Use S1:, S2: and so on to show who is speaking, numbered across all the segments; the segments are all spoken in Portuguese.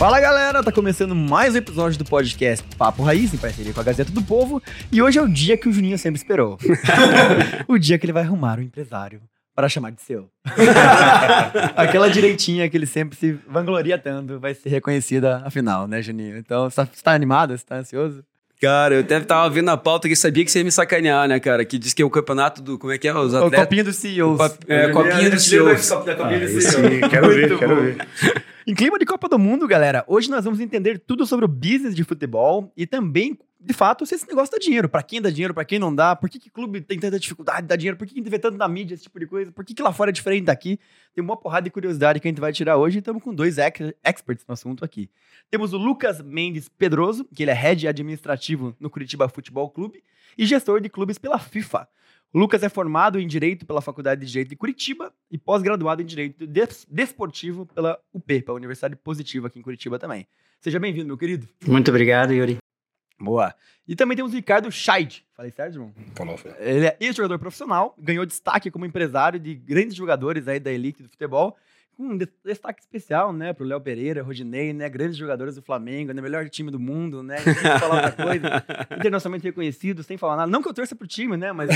S1: Fala galera, tá começando mais um episódio do podcast Papo Raiz, em parceria com a Gazeta do Povo, e hoje é o dia que o Juninho sempre esperou. O dia que ele vai arrumar um empresário para chamar de seu. Aquela direitinha que ele sempre se vangloria tanto vai ser reconhecida afinal, né, Juninho? Então, você tá animado? Você tá ansioso?
S2: Cara, eu até tava vendo a pauta que sabia que você ia me sacanear, né, cara? Que diz que é o campeonato do... Como é que é? Os atletas...
S1: O copinho dos CEOs.
S2: Copinho dos CEOs.
S3: Sim, quero ver.
S1: Em clima de Copa do Mundo, galera, hoje nós vamos entender tudo sobre o business de futebol e também, de fato, se esse negócio dá dinheiro. Pra quem dá dinheiro, pra quem não dá, por que clube tem tanta dificuldade de dar dinheiro, por que vê tanto na mídia, esse tipo de coisa, por que lá fora é diferente daqui. Tem uma porrada de curiosidade que a gente vai tirar hoje e estamos com dois experts no assunto aqui. Temos o Lucas Mendes Pedroso, que ele é head administrativo no Curitiba Futebol Clube e gestor de clubes pela FIFA. O Lucas é formado em Direito pela Faculdade de Direito de Curitiba e pós-graduado em Direito Desportivo pela UP, pela Universidade Positiva aqui em Curitiba também. Seja bem-vindo, meu querido.
S4: Muito obrigado, Yuri.
S1: Boa. E também temos o Ricardo Scheid. Falei certo, irmão?
S3: Falou, filho.
S1: Ele é ex-jogador profissional, ganhou destaque como empresário de grandes jogadores aí da elite do futebol, com um destaque especial, né, pro Léo Pereira, Rodinei, né, grandes jogadores do Flamengo, né, melhor time do mundo, né, sem falar outra coisa, internacionalmente reconhecido, sem falar nada. Não que eu torça pro time, né, mas...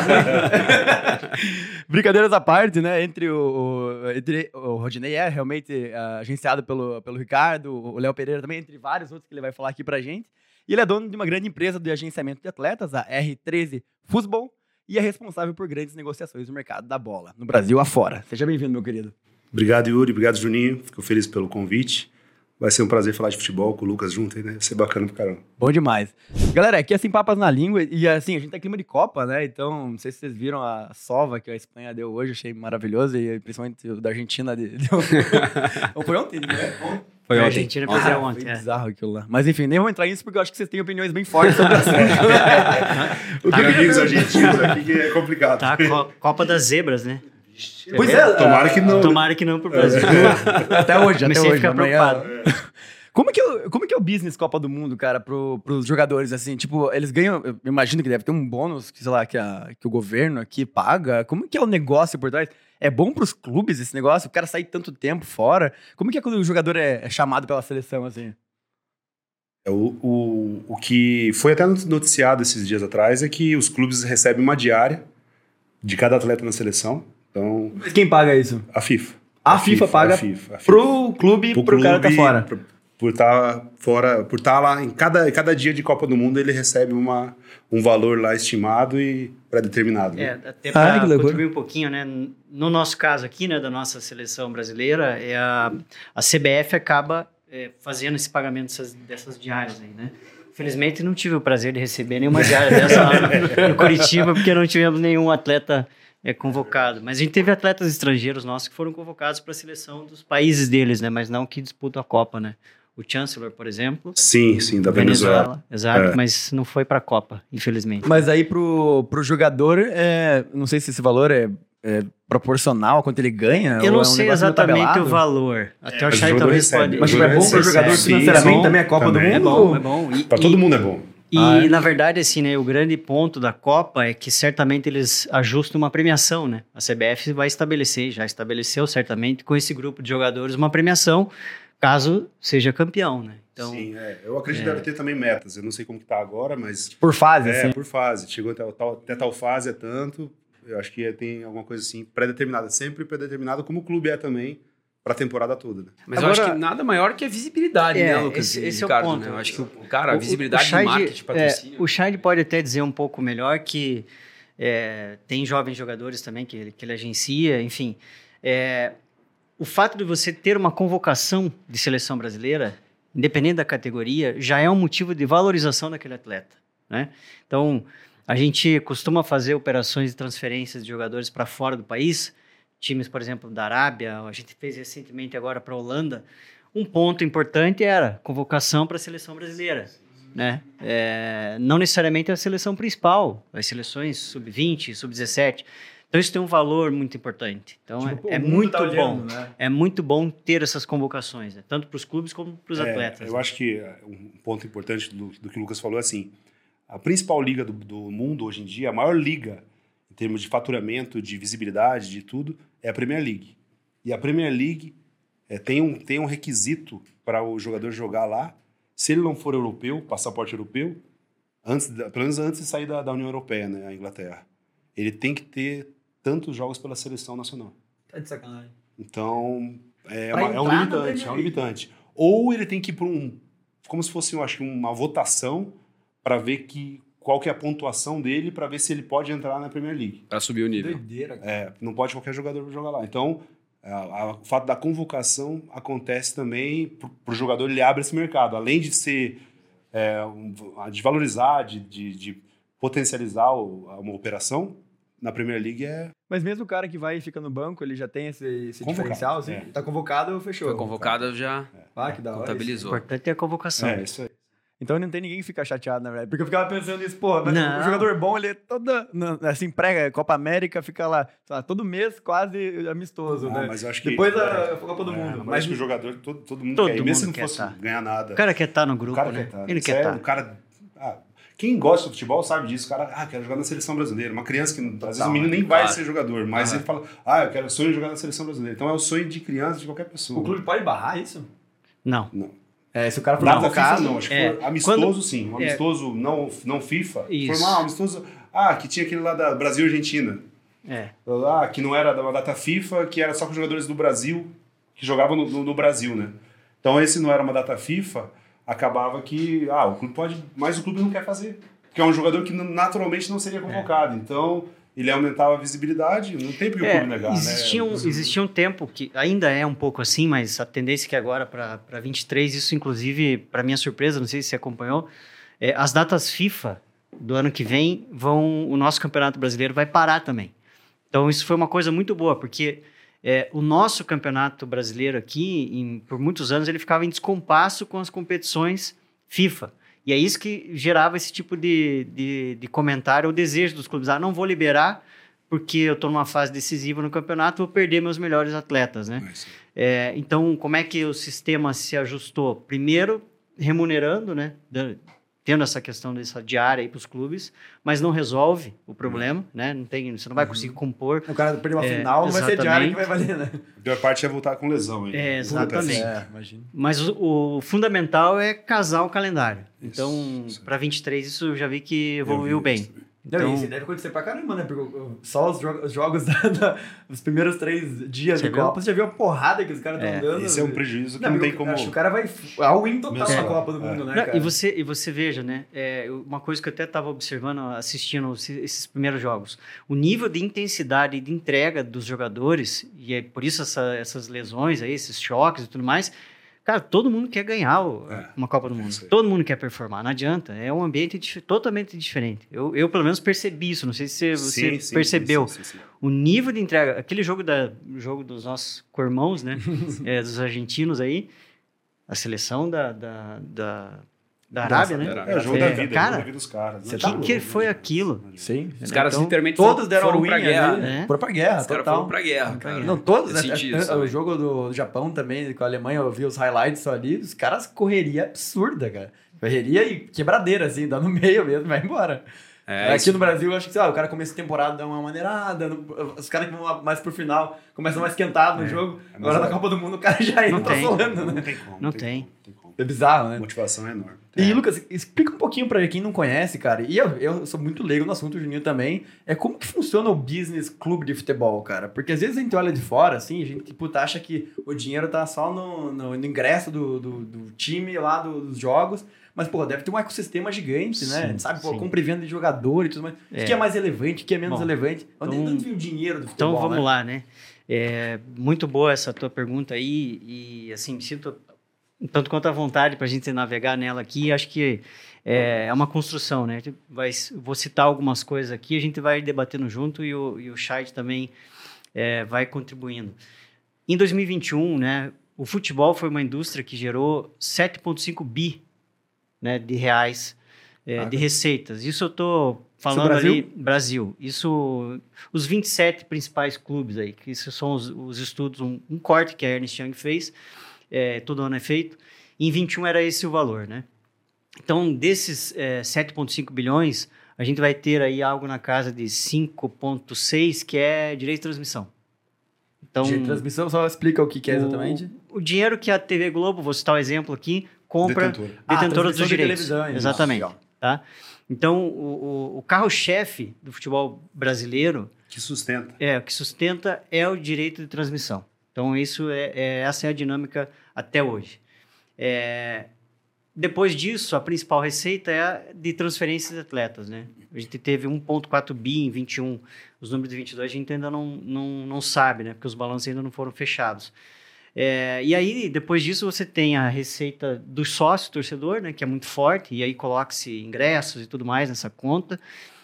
S1: Brincadeiras à parte, né, entre o Rodinei é realmente agenciado pelo Ricardo, o Léo Pereira também, entre vários outros que ele vai falar aqui pra gente. E ele é dono de uma grande empresa de agenciamento de atletas, a R13 Futebol, e é responsável por grandes negociações no mercado da bola, no Brasil afora. Seja bem-vindo, meu querido.
S3: Obrigado, Yuri. Obrigado, Juninho. Fico feliz pelo convite. Vai ser um prazer falar de futebol com o Lucas junto aí, né? Vai ser bacana pro caramba.
S1: Bom demais. Galera, aqui é assim, papas na língua, e assim, a gente tá em clima de Copa, né? Então, não sei se vocês viram a sova que a Espanha deu hoje, achei maravilhoso, e principalmente o da Argentina deu... Foi ontem, né?
S4: Foi ontem. A Argentina perdeu ontem.
S1: Foi bizarro aquilo lá. Mas enfim, nem vou entrar nisso porque eu acho que vocês têm opiniões bem fortes sobre o assunto.
S3: Tem amigos argentinos aqui que é complicado.
S4: Tá, Copa das Zebras, né?
S1: Pois é.
S3: Tomara que não.
S4: Tomara que não pro Brasil.
S1: Até hoje,
S4: Comecei a ficar preocupado.
S1: Como que é o business Copa do Mundo, cara, pros jogadores, assim? Tipo, eles ganham... Eu imagino que deve ter um bônus, que, sei lá, que o governo aqui paga. Como que é o negócio por trás? É bom pros clubes esse negócio? O cara sair tanto tempo fora? Como que é quando o jogador é chamado pela seleção, assim?
S3: O que foi até noticiado esses dias atrás é que os clubes recebem uma diária de cada atleta na seleção. Então,
S1: Mas quem paga isso?
S3: a FIFA.
S1: A FIFA paga pro clube, pro cara que tá fora.
S3: Por estar fora, por estar lá em cada dia de Copa do Mundo, ele recebe um valor lá estimado e pré-determinado. Né?
S4: Até para contribuir um pouquinho, né? No nosso caso aqui, né, da nossa seleção brasileira, a CBF acaba fazendo esse pagamento dessas diárias aí, né? Infelizmente, não tive o prazer de receber nenhuma diária dessa lá no Curitiba, porque não tivemos nenhum atleta convocado. Mas a gente teve atletas estrangeiros nossos que foram convocados para a seleção dos países deles, né? Mas não que disputam a Copa, né? O Chancellor, por exemplo.
S3: Sim, da Venezuela.
S4: Exato, mas não foi para a Copa, infelizmente.
S1: Mas aí pro jogador, não sei se esse valor é proporcional a quanto ele ganha.
S4: Eu não sei exatamente o valor. Até o Chay talvez pode...
S1: Mas é bom pro jogador financeiramente também a Copa do Mundo?
S4: É bom.
S3: Para todo mundo é bom.
S4: E, na verdade, assim, né, o grande ponto da Copa é que certamente eles ajustam uma premiação, né? A CBF vai estabelecer, já estabeleceu certamente com esse grupo de jogadores uma premiação, caso seja campeão, né? Então,
S3: sim, eu acredito que deve ter também metas. Eu não sei como que tá agora, mas...
S1: Por fase, assim?
S3: Por fase. Chegou até tal fase, é tanto. Eu acho que tem alguma coisa assim pré-determinada. Sempre pré-determinada, como o clube é também, para a temporada toda. Né?
S2: Mas agora, eu acho que nada maior que a visibilidade, né, Lucas?
S4: Esse
S2: Ricardo,
S4: é o ponto.
S2: Né? Eu acho que a visibilidade de marketing, patrocínio...
S4: O Scheid pode até dizer um pouco melhor que tem jovens jogadores também que ele agencia, enfim. O fato de você ter uma convocação de seleção brasileira, independente da categoria, já é um motivo de valorização daquele atleta, né? Então, a gente costuma fazer operações de transferências de jogadores para fora do país, times, por exemplo, da Arábia, a gente fez recentemente agora para a Holanda. Um ponto importante era convocação para a seleção brasileira, né? Não necessariamente a seleção principal, as seleções sub-20, sub-17. Então isso tem um valor muito importante. Então é muito bom, né? É muito bom ter essas convocações, né? Tanto para os clubes como para os atletas.
S3: Eu acho que um ponto importante do que o Lucas falou é assim, a principal liga do mundo hoje em dia, a maior liga em termos de faturamento, de visibilidade, de tudo, é a Premier League. E a Premier League tem um requisito para o jogador jogar lá. Se ele não for europeu, passaporte europeu, pelo menos antes de sair da União Europeia, né, a Inglaterra, ele tem que ter tantos jogos pela seleção nacional.
S1: Tá de sacanagem.
S3: Então, é
S1: Pra
S3: um
S1: entrar na
S3: limitante,
S1: Premier
S3: é um
S1: League.
S3: limitante. Ou ele tem que ir para como se fosse, eu acho, uma votação para ver qual que é a pontuação dele, para ver se ele pode entrar na Premier League.
S2: Pra subir o nível.
S1: Doideira, cara.
S3: Não pode qualquer jogador jogar lá. Então, o fato da convocação acontece também para o jogador, ele abre esse mercado. Além de ser, de valorizar, de potencializar uma operação, na Premier League
S1: Mas mesmo o cara que vai e fica no banco, ele já tem esse
S3: Convocado,
S1: diferencial, assim? Tá convocado, fechou.
S2: Foi convocado, já
S1: Ah, que da hora.
S4: O
S2: contabilizou.
S4: importante é a convocação.
S3: isso aí.
S1: Então não tem ninguém que fica chateado, na verdade. Porque eu ficava pensando nisso, pô, mas
S4: Não.
S1: o jogador bom, ele é assim, prega Copa América, fica lá, sei lá, todo mês quase amistoso, né?
S3: Mas eu acho que,
S1: Depois a Copa do Mundo.
S3: Mas acho que o jogador, todo mundo
S4: Todo
S3: quer ir,
S4: mundo
S3: mesmo se não
S4: quer
S3: fosse
S4: tá.
S3: ganhar nada.
S4: O cara quer estar no
S3: O
S4: grupo,
S3: cara
S4: né?
S3: quer estar.
S4: Ele
S3: Isso
S4: quer
S3: é,
S4: estar.
S3: o cara... quem gosta de futebol sabe disso. O cara quer jogar na seleção brasileira. Uma criança que, às vezes, o menino nem vai ser jogador, mas ele fala, eu quero sonho de jogar na seleção brasileira. Então é o sonho de criança de qualquer pessoa.
S1: O clube pode barrar isso?
S4: Não.
S3: Não.
S1: Se o cara for
S3: Nada FIFA
S1: convocado...
S3: não, acho que for amistoso
S4: Quando-
S3: sim. Um amistoso não FIFA.
S4: Isso.
S3: Foi amistoso. Que tinha aquele lá da Brasil e Argentina. Que não era da uma data FIFA, que era só com jogadores do Brasil, que jogavam no Brasil, né? Então esse não era uma data FIFA, acabava que, o clube pode, mas o clube não quer fazer. Porque é um jogador que naturalmente não seria convocado. Então, ele aumentava a visibilidade, não tem porque o clube negar,
S4: Existia um tempo que ainda é um pouco assim, mas a tendência é que agora para 23, isso inclusive, para minha surpresa, não sei se você acompanhou, as datas FIFA do ano que vem o nosso Campeonato Brasileiro vai parar também. Então isso foi uma coisa muito boa, porque o nosso Campeonato Brasileiro aqui, por muitos anos, ele ficava em descompasso com as competições FIFA. E é isso que gerava esse tipo de comentário ou desejo dos clubes. Não vou liberar porque eu estou numa fase decisiva no campeonato, vou perder meus melhores atletas, né? Então, como é que o sistema se ajustou? Primeiro, remunerando, né? Tendo essa questão dessa diária aí para os clubes, mas não resolve o problema, né? Você não vai conseguir compor.
S1: O cara perder uma final, não vai ser diário que vai valer, né?
S3: A pior parte é voltar com lesão.
S4: Exatamente.
S1: Imagina.
S4: Mas o fundamental é casar o calendário. Então, para 23, isso eu já vi que evoluiu bem.
S1: Então, isso deve acontecer pra caramba, né? Porque só os jogos dos primeiros 3 dias de Copa, você já viu a porrada que os caras estão dando.
S3: Esse é um prejuízo que não tem como...
S1: Acho que o cara vai all-in total na Copa do Mundo, né, cara?
S4: E você veja, né? Uma coisa que eu até estava observando, assistindo esses primeiros jogos. O nível de intensidade e de entrega dos jogadores, e é por isso essas lesões aí, esses choques e tudo mais... Cara, todo mundo quer ganhar uma Copa do Mundo. Todo mundo quer performar, não adianta. É um ambiente totalmente diferente. Eu, pelo menos, percebi isso. Não sei se você percebeu.
S3: Sim.
S4: O nível de entrega... Aquele jogo dos nossos co-irmãos, né? Dos argentinos aí. A seleção da Arábia, né?
S3: É o jogo da vida.
S4: Cara,
S3: o jogo da vida dos caras.
S4: o que foi aquilo?
S1: Sim.
S2: Os caras
S4: Então,
S2: literalmente
S1: todos deram
S2: foram
S1: all-in
S2: pra guerra.
S1: né? Foram pra guerra,
S2: Os caras
S1: total.
S2: foram pra guerra, cara.
S1: Não, todos, né?
S2: Eu senti isso,
S1: O jogo do Japão também, com a Alemanha, eu vi os highlights só ali, os caras correria absurda, cara. Correria e quebradeira, assim, dá no meio mesmo, vai embora. Aqui no Brasil, eu acho que, o cara começa a temporada, dá uma maneirada, os caras que vão mais pro final, começam mais esquentados no jogo, agora na Copa do Mundo o cara já entra solando, né?
S3: Não tem como.
S4: Não tem.
S1: É bizarro, né?
S3: A motivação é enorme.
S1: E, Lucas, explica um pouquinho pra quem não conhece, cara, e eu sou muito leigo no assunto, o Juninho também, como que funciona o business clube de futebol, cara? Porque às vezes a gente olha de fora, assim, a gente acha que o dinheiro tá só no ingresso do time lá dos jogos, mas, deve ter um ecossistema gigante, né? A gente sabe, compra e venda de jogador e tudo mais. O que é mais relevante, o que é menos relevante? Onde vem o dinheiro do futebol,
S4: Então, vamos lá, né? Muito boa essa tua pergunta aí e, assim, me sinto tanto quanto à vontade para a gente navegar nela aqui. Acho que é uma construção, né? Vou citar algumas coisas aqui, a gente vai debatendo junto e o chat também vai contribuindo. Em 2021, né, o futebol foi uma indústria que gerou 7,5 bi, né, de reais de receitas. Isso eu estou falando ali... Brasil. Isso, os 27 principais clubes aí, que isso são os estudos, um corte que a Ernst Young fez, todo ano é feito. Em 21 era esse o valor, né? Então, desses 7,5 bilhões, a gente vai ter aí algo na casa de 5,6, que é direito de transmissão. Então,
S1: de transmissão, só explica o que é exatamente.
S4: O dinheiro que a TV Globo, vou citar o exemplo aqui, compra detentora dos direitos. Exatamente. Tá? Então, o carro-chefe do futebol brasileiro...
S3: Que sustenta.
S4: O que sustenta é o direito de transmissão. Então, essa é a dinâmica até hoje. Depois disso, a principal receita é a de transferência de atletas, né? A gente teve 1,4 bi em 21. Os números de 22 a gente ainda não sabe, né? Porque os balanços ainda não foram fechados. E aí, depois disso, você tem a receita do sócio torcedor, né? Que é muito forte, e aí coloca-se ingressos e tudo mais nessa conta.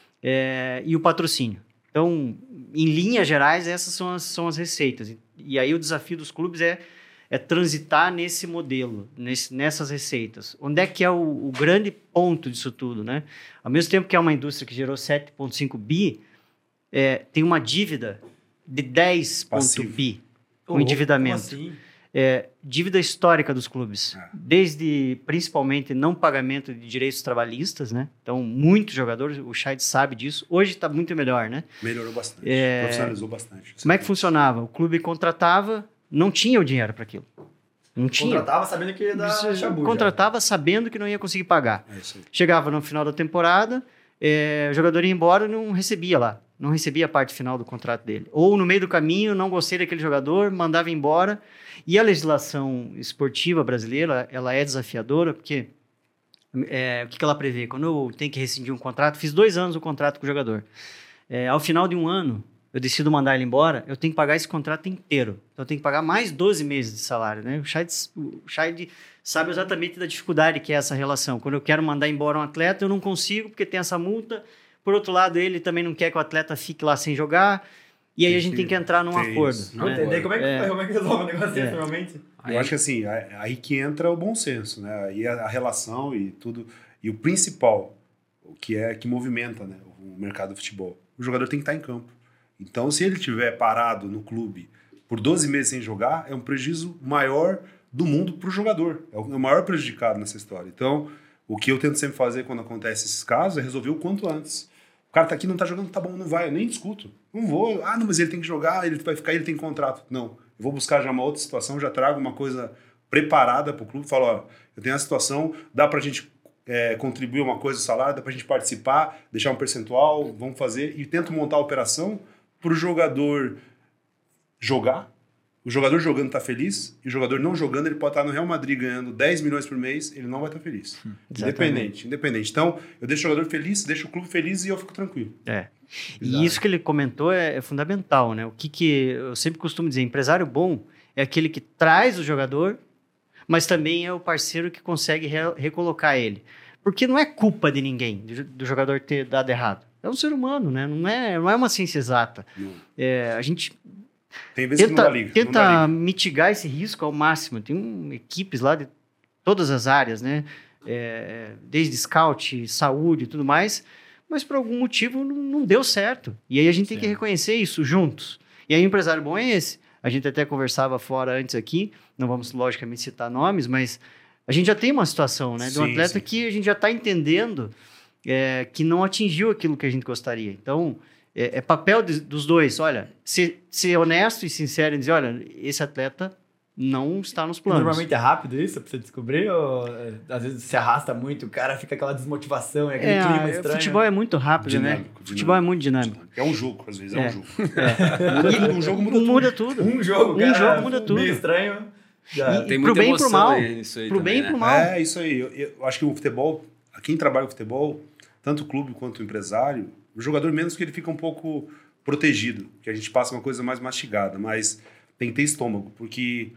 S4: E o patrocínio. Então, em linhas gerais, essas são as receitas. E aí o desafio dos clubes é transitar nesse modelo, nessas receitas. Onde é que é o grande ponto disso tudo, né? Ao mesmo tempo que é uma indústria que gerou 7,5 bi, tem uma dívida de 10 bi, um endividamento.
S1: Como assim?
S4: Dívida histórica dos clubes, desde principalmente não pagamento de direitos trabalhistas, né? Então, muitos jogadores, o Scheid sabe disso, hoje está muito melhor, né?
S3: Melhorou bastante, profissionalizou bastante.
S4: Como é que funcionava? O clube contratava, não tinha o dinheiro para aquilo. Não tinha.
S1: Contratava sabendo que ia dar chabu.
S4: Contratava sabendo que não ia conseguir pagar. Chegava no final da temporada, o jogador ia embora e não recebia lá. Não recebia a parte final do contrato dele. Ou no meio do caminho, não gostei daquele jogador, mandava embora. E a legislação esportiva brasileira, ela é desafiadora, porque o que ela prevê? Quando eu tenho que rescindir um contrato, fiz 2 anos o contrato com o jogador. Ao final de 1 ano, eu decido mandar ele embora, eu tenho que pagar esse contrato inteiro. Então, eu tenho que pagar mais 12 meses de salário, né? O Scheid sabe exatamente da dificuldade que é essa relação. Quando eu quero mandar embora um atleta, eu não consigo, porque tem essa multa. Por outro lado, ele também não quer que o atleta fique lá sem jogar. E aí a gente tem que entrar num acordo.
S1: Não entender como é que resolve o negócio desse, normalmente.
S3: Eu acho que assim, aí que entra o bom senso, né? Aí a relação e tudo. E o principal, o que movimenta, né, o mercado do futebol. O jogador tem que estar em campo. Então, se ele estiver parado no clube por 12 meses sem jogar, é um prejuízo maior do mundo para o jogador. É o maior prejudicado nessa história. Então, o que eu tento sempre fazer quando acontece esses casos é resolver o quanto antes. O cara tá aqui, não tá jogando, tá bom, não vai, eu nem discuto. Não vou, não, mas ele tem que jogar, ele vai ficar, ele tem contrato. Não, eu vou buscar já uma outra situação, já trago uma coisa preparada pro clube, falo, ó, eu tenho a situação, dá pra gente contribuir uma coisa, o salário, dá pra gente participar, deixar um percentual, vamos fazer, e tento montar a operação pro jogador jogar. O jogador jogando tá feliz, e o jogador não jogando, ele pode estar no Real Madrid ganhando 10 milhões por mês, ele não vai estar feliz. Independente. Então, eu deixo o jogador feliz, deixo o clube feliz e eu fico tranquilo.
S4: E isso que ele comentou é fundamental, né? O que eu sempre costumo dizer, empresário bom é aquele que traz o jogador, mas também é o parceiro que consegue recolocar ele. Porque não é culpa de ninguém, do jogador ter dado errado. É um ser humano, né? Não é uma ciência exata. A gente...
S3: Tem vezes que não dá liga.
S4: Tenta mitigar esse risco ao máximo. Tem equipes lá de todas as áreas, né? Desde scout, saúde e tudo mais, mas por algum motivo não deu certo. E aí a gente tem que reconhecer isso juntos. E aí o empresário bom é esse. A gente até conversava fora antes aqui, não vamos logicamente citar nomes, mas a gente já tem uma situação, né? De um atleta que a gente já está entendendo que não atingiu aquilo que a gente gostaria. Então... É papel dos dois, olha, ser honesto e sincero em dizer, olha, esse atleta não está nos planos.
S1: Normalmente é rápido isso pra você descobrir ou às vezes se arrasta muito, o cara fica aquela desmotivação, aquele clima estranho.
S4: O futebol é muito rápido, dinâmico, né? Futebol é muito dinâmico.
S3: É um jogo, às vezes, um jogo. Um jogo
S4: muda tudo.
S1: Um jogo muda tudo.
S4: Meio
S1: estranho.
S2: Tem muita emoção nisso aí.
S4: Pro bem e pro mal.
S3: É, isso aí. Eu acho que o futebol, quem trabalha com futebol, tanto o clube quanto o empresário, o jogador menos que ele fica um pouco protegido, que a gente passa uma coisa mais mastigada, mas tem que ter estômago, porque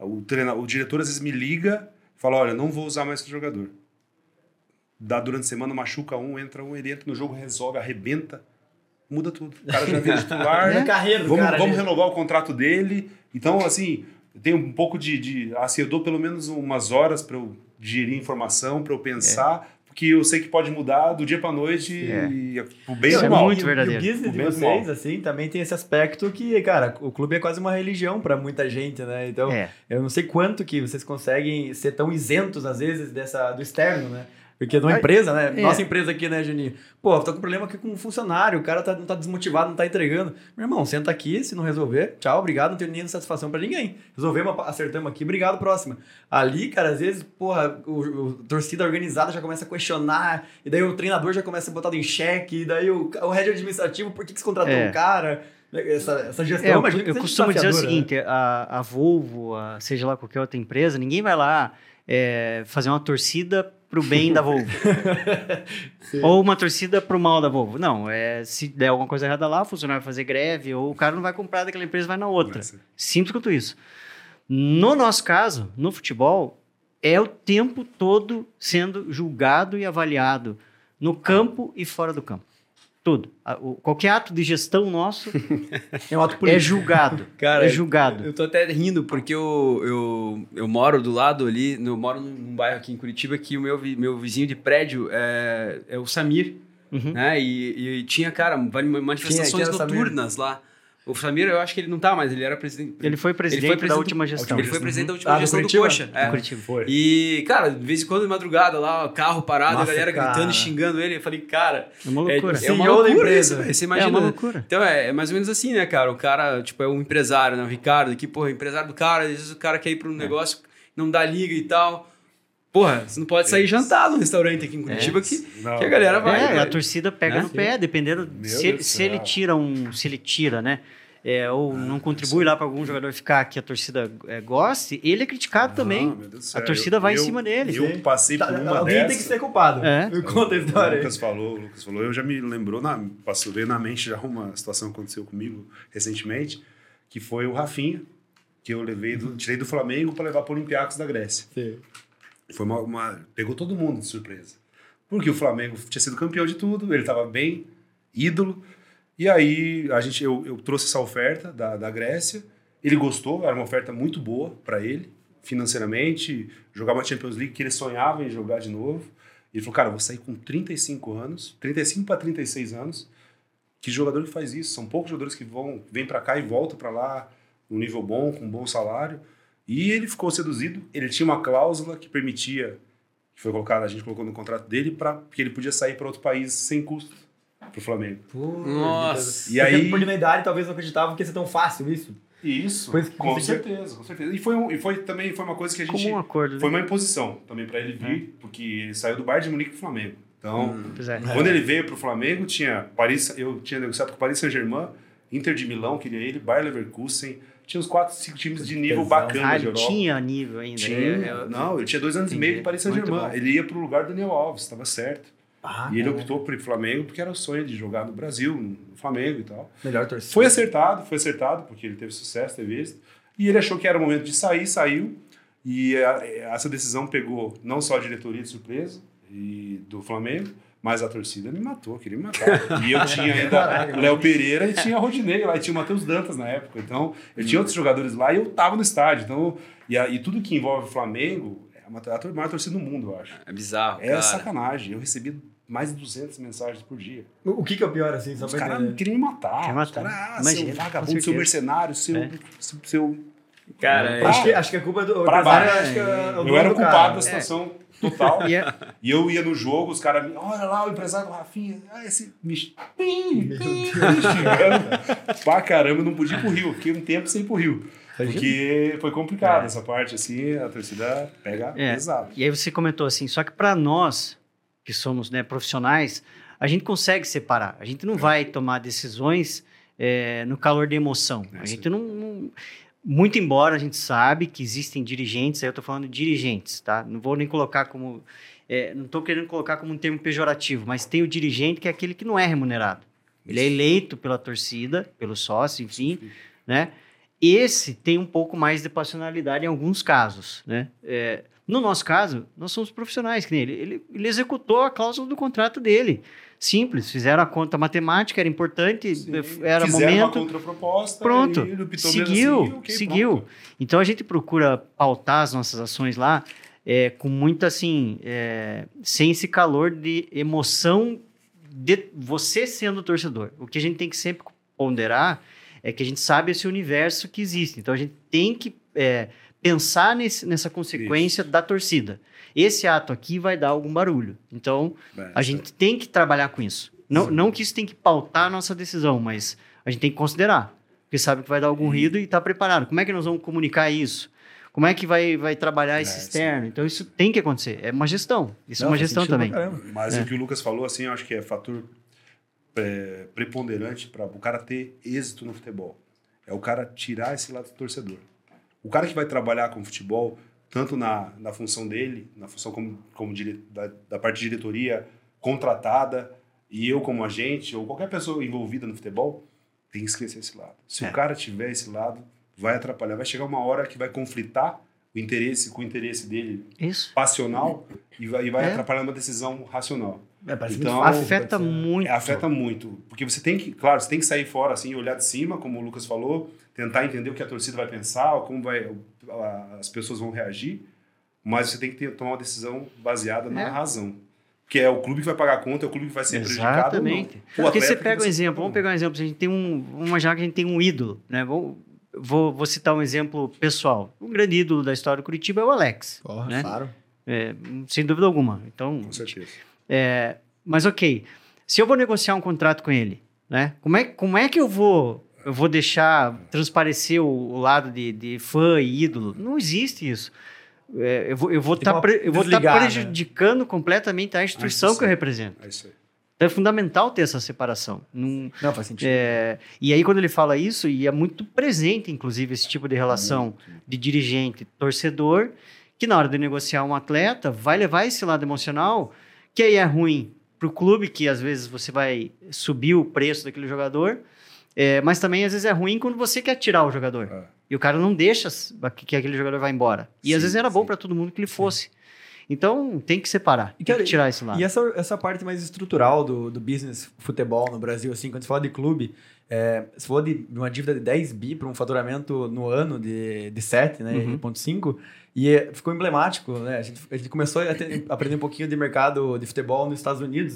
S3: o diretor às vezes me liga e fala, olha, não vou usar mais esse jogador. Durante a semana, machuca entra ele entra no jogo, resolve, arrebenta, muda tudo. O cara já vira titular, vamos renovar o contrato dele. Então, assim, tem um pouco eu dou pelo menos umas horas para eu digerir informação, para eu pensar, porque eu sei que pode mudar do dia para noite e pro bem e pro mal.
S4: Muito verdadeiro.
S1: E o business de vocês, assim, também tem esse aspecto que, cara, o clube é quase uma religião para muita gente, né? Então, eu não sei quanto que vocês conseguem ser tão isentos, às vezes, do externo, né? Porque numa empresa, né? Nossa empresa aqui, né, Juninho? Pô, tô com problema aqui com um funcionário, o cara não tá desmotivado, não tá entregando. Meu irmão, senta aqui, se não resolver, tchau, obrigado, não tenho nem satisfação pra ninguém. Resolvemos, acertamos aqui, obrigado, próxima. Ali, cara, às vezes, porra, a torcida organizada já começa a questionar, e daí o treinador já começa a botar em xeque, e daí o head administrativo, por que você contratou um cara? Essa gestão,
S4: eu costumo dizer o seguinte, a Volvo, seja lá qualquer outra empresa, ninguém vai lá fazer uma torcida pro bem da Volvo. Ou uma torcida pro mal da Volvo. Não, se der alguma coisa errada lá, o funcionário vai fazer greve, ou o cara não vai comprar daquela empresa, vai na outra. Simples quanto isso. No nosso caso, no futebol, é o tempo todo sendo julgado e avaliado no campo e fora do campo. Tudo. Qualquer ato de gestão nosso
S1: é um ato político.
S4: É julgado.
S2: Cara,
S4: é julgado.
S2: Eu tô até rindo, porque eu moro do lado ali, eu moro num bairro aqui em Curitiba, que o meu vizinho de prédio é o Samir, né? E tinha, cara, manifestações noturnas lá. O Samir, eu acho que ele não tá mais, ele era presidente.
S4: Ele foi presidente da última gestão.
S2: Ele foi presidente da última gestão do Coxa.
S4: Do Curitiba.
S2: Foi. E, cara, de vez em quando, de madrugada, lá, carro parado, a galera gritando e xingando ele. Eu falei, cara...
S4: É uma loucura.
S2: É uma loucura isso, você imagina.
S4: É uma loucura.
S2: Então, é mais ou menos assim, né, cara? O cara, tipo, é um empresário, né? O Ricardo aqui, porra, empresário do cara. Às vezes o cara quer ir pra um negócio, não dá liga e tal... Porra, você não pode sair jantar no restaurante aqui em Curitiba que a galera vai.
S4: A torcida pega no pé, dependendo se ele tira, né? Ou não contribui lá para algum jogador ficar que a torcida goste, ele é criticado também. A torcida vai em cima dele.
S3: Eu passei por uma
S1: alguém
S3: dessas.
S1: tem que ser culpado. Conta a história.
S3: O Lucas falou, eu já me lembrou, veio na mente já uma situação que aconteceu comigo recentemente, que foi o Rafinha, que eu tirei do Flamengo para levar para o Olympiacos da Grécia.
S1: Sim.
S3: Foi pegou todo mundo de surpresa. Porque o Flamengo tinha sido campeão de tudo, ele estava bem, ídolo. E aí eu trouxe essa oferta da Grécia, ele gostou, era uma oferta muito boa para ele, financeiramente, jogar uma Champions League que ele sonhava em jogar de novo. Ele falou, cara, eu vou sair com 35 anos, 35 para 36 anos, que jogador que faz isso? São poucos jogadores que vêm para cá e voltam para lá, num nível bom, com um bom salário. E ele ficou seduzido, ele tinha uma cláusula que permitia, que foi colocada, a gente colocou no contrato dele, que ele podia sair para outro país sem custo pro Flamengo.
S2: Nossa!
S1: E aí, porque na idade talvez não acreditavam que ia ser tão fácil isso.
S3: Isso, com certeza. E foi também uma coisa que a gente...
S4: Como um acordo.
S3: Foi uma imposição também para ele vir, porque ele saiu do Bayern de Munique pro Flamengo. Então,
S4: é.
S3: Quando ele veio pro Flamengo, eu tinha negociado com o Paris Saint-Germain, Inter de Milão, queria ele, Bayer Leverkusen, tinha uns 4, 5 times de nível bacana de Europa.
S4: Tinha nível ainda.
S3: Não, ele tinha 2 anos e meio com o Paris Saint-Germain. Ele ia pro lugar do Daniel Alves, estava certo. E ele optou por Flamengo porque era o sonho de jogar no Brasil, no Flamengo e tal.
S1: Melhor torcida.
S3: Foi acertado, porque ele teve sucesso, teve êxito. E ele achou que era o momento de sair, saiu. E essa decisão pegou não só a diretoria de surpresa do Flamengo, mas a torcida me matou, queria me matar. E eu tinha ainda Léo Pereira e tinha Rodinei lá, e tinha o Matheus Dantas na época. Então, eu tinha outros jogadores lá e eu tava no estádio. Então, e tudo que envolve o Flamengo é a maior torcida do mundo, eu acho.
S2: É bizarro,
S3: cara. É sacanagem. Eu recebi mais de 200 mensagens por dia.
S1: O que é o pior, assim?
S3: Os caras queriam me matar. Os caras, seu vagabundo, seu mercenário, seu...
S2: Cara,
S1: acho que a culpa é do...
S3: Eu era o culpado da situação total. E eu ia no jogo, os caras... Olha lá, o empresário do Rafinha. Esse... Pra caramba, eu não podia ir pro Rio. Fiquei um tempo sem ir pro Rio. Porque foi complicado essa parte, assim, a torcida pega pesado.
S4: E aí você comentou assim, só que para nós, que somos profissionais, a gente consegue separar. A gente não vai tomar decisões no calor da emoção. A gente não... Muito embora a gente sabe que existem dirigentes, aí eu estou falando de dirigentes, tá? Não vou nem colocar como... não estou querendo colocar como um termo pejorativo, mas tem o dirigente que é aquele que não é remunerado. Ele é eleito pela torcida, pelo sócio, enfim, né? Esse tem um pouco mais de passionalidade em alguns casos, né? No nosso caso, nós somos profissionais, que nem ele executou a cláusula do contrato dele. Simples, fizeram a conta matemática, era importante, era
S3: fizeram
S4: momento...
S3: uma contraproposta.
S4: Pronto,
S3: seguiu.
S4: Seguiu. Então, a gente procura pautar as nossas ações lá com muito, assim, sem esse calor de emoção de você sendo torcedor. O que a gente tem que sempre ponderar é que a gente sabe esse universo que existe. Então, a gente tem que pensar nessa consequência da torcida. Esse ato aqui vai dar algum barulho. Então, a gente tem que trabalhar com isso. Não que isso tem que pautar a nossa decisão, mas a gente tem que considerar. Porque sabe que vai dar algum ruído e está preparado. Como é que nós vamos comunicar isso? Como é que vai trabalhar esse externo? Então, isso tem que acontecer. É uma gestão. Isso é uma gestão também.
S3: Mas o que o Lucas falou, assim, eu acho que é fator preponderante para o cara ter êxito no futebol. É o cara tirar esse lado do torcedor. O cara que vai trabalhar com futebol, tanto na função dele, na função da parte de diretoria contratada, e eu como agente, ou qualquer pessoa envolvida no futebol, tem que esquecer esse lado. Se o cara tiver esse lado, vai atrapalhar. Vai chegar uma hora que vai conflitar o interesse com o interesse dele passional e vai atrapalhar uma decisão racional.
S4: Então, afeta muito.
S3: Afeta muito. Porque você tem que sair fora, assim, olhar de cima, como o Lucas falou, tentar entender o que a torcida vai pensar, como as pessoas vão reagir, mas você tem que tomar uma decisão baseada na razão. Porque é o clube que vai pagar a conta, é o clube que vai ser prejudicado.
S4: Exatamente. Porque você pega um exemplo, vamos pegar um exemplo, a gente tem já que a gente tem um ídolo, né? Vou citar um exemplo pessoal. Um grande ídolo da história do Curitiba é o Alex. Né?
S1: Claro.
S4: Sem dúvida alguma. Então,
S3: com certeza.
S4: Mas ok, se eu vou negociar um contrato com ele, né? Como é que eu vou deixar transparecer o lado de fã e ídolo? Não existe isso. Eu vou estar prejudicando completamente a instituição que eu represento.
S3: É isso aí.
S4: Então é fundamental ter essa separação.
S1: Não faz sentido.
S4: E aí, quando ele fala isso, e é muito presente, inclusive, esse tipo de relação de dirigente-torcedor, que na hora de negociar um atleta, vai levar esse lado emocional, que aí é ruim para o clube, que às vezes você vai subir o preço daquele jogador, mas também às vezes é ruim quando você quer tirar o jogador. E o cara não deixa que aquele jogador vá embora. E às vezes era bom para todo mundo que ele fosse. Então, tem que separar, tem que tirar esse lado.
S1: E essa parte mais estrutural do business futebol no Brasil, assim, quando você fala de clube, se for de uma dívida de 10 bi para um faturamento no ano de 7, né, 1,5, e ficou emblemático, né? A gente começou a aprender um pouquinho de mercado de futebol nos Estados Unidos.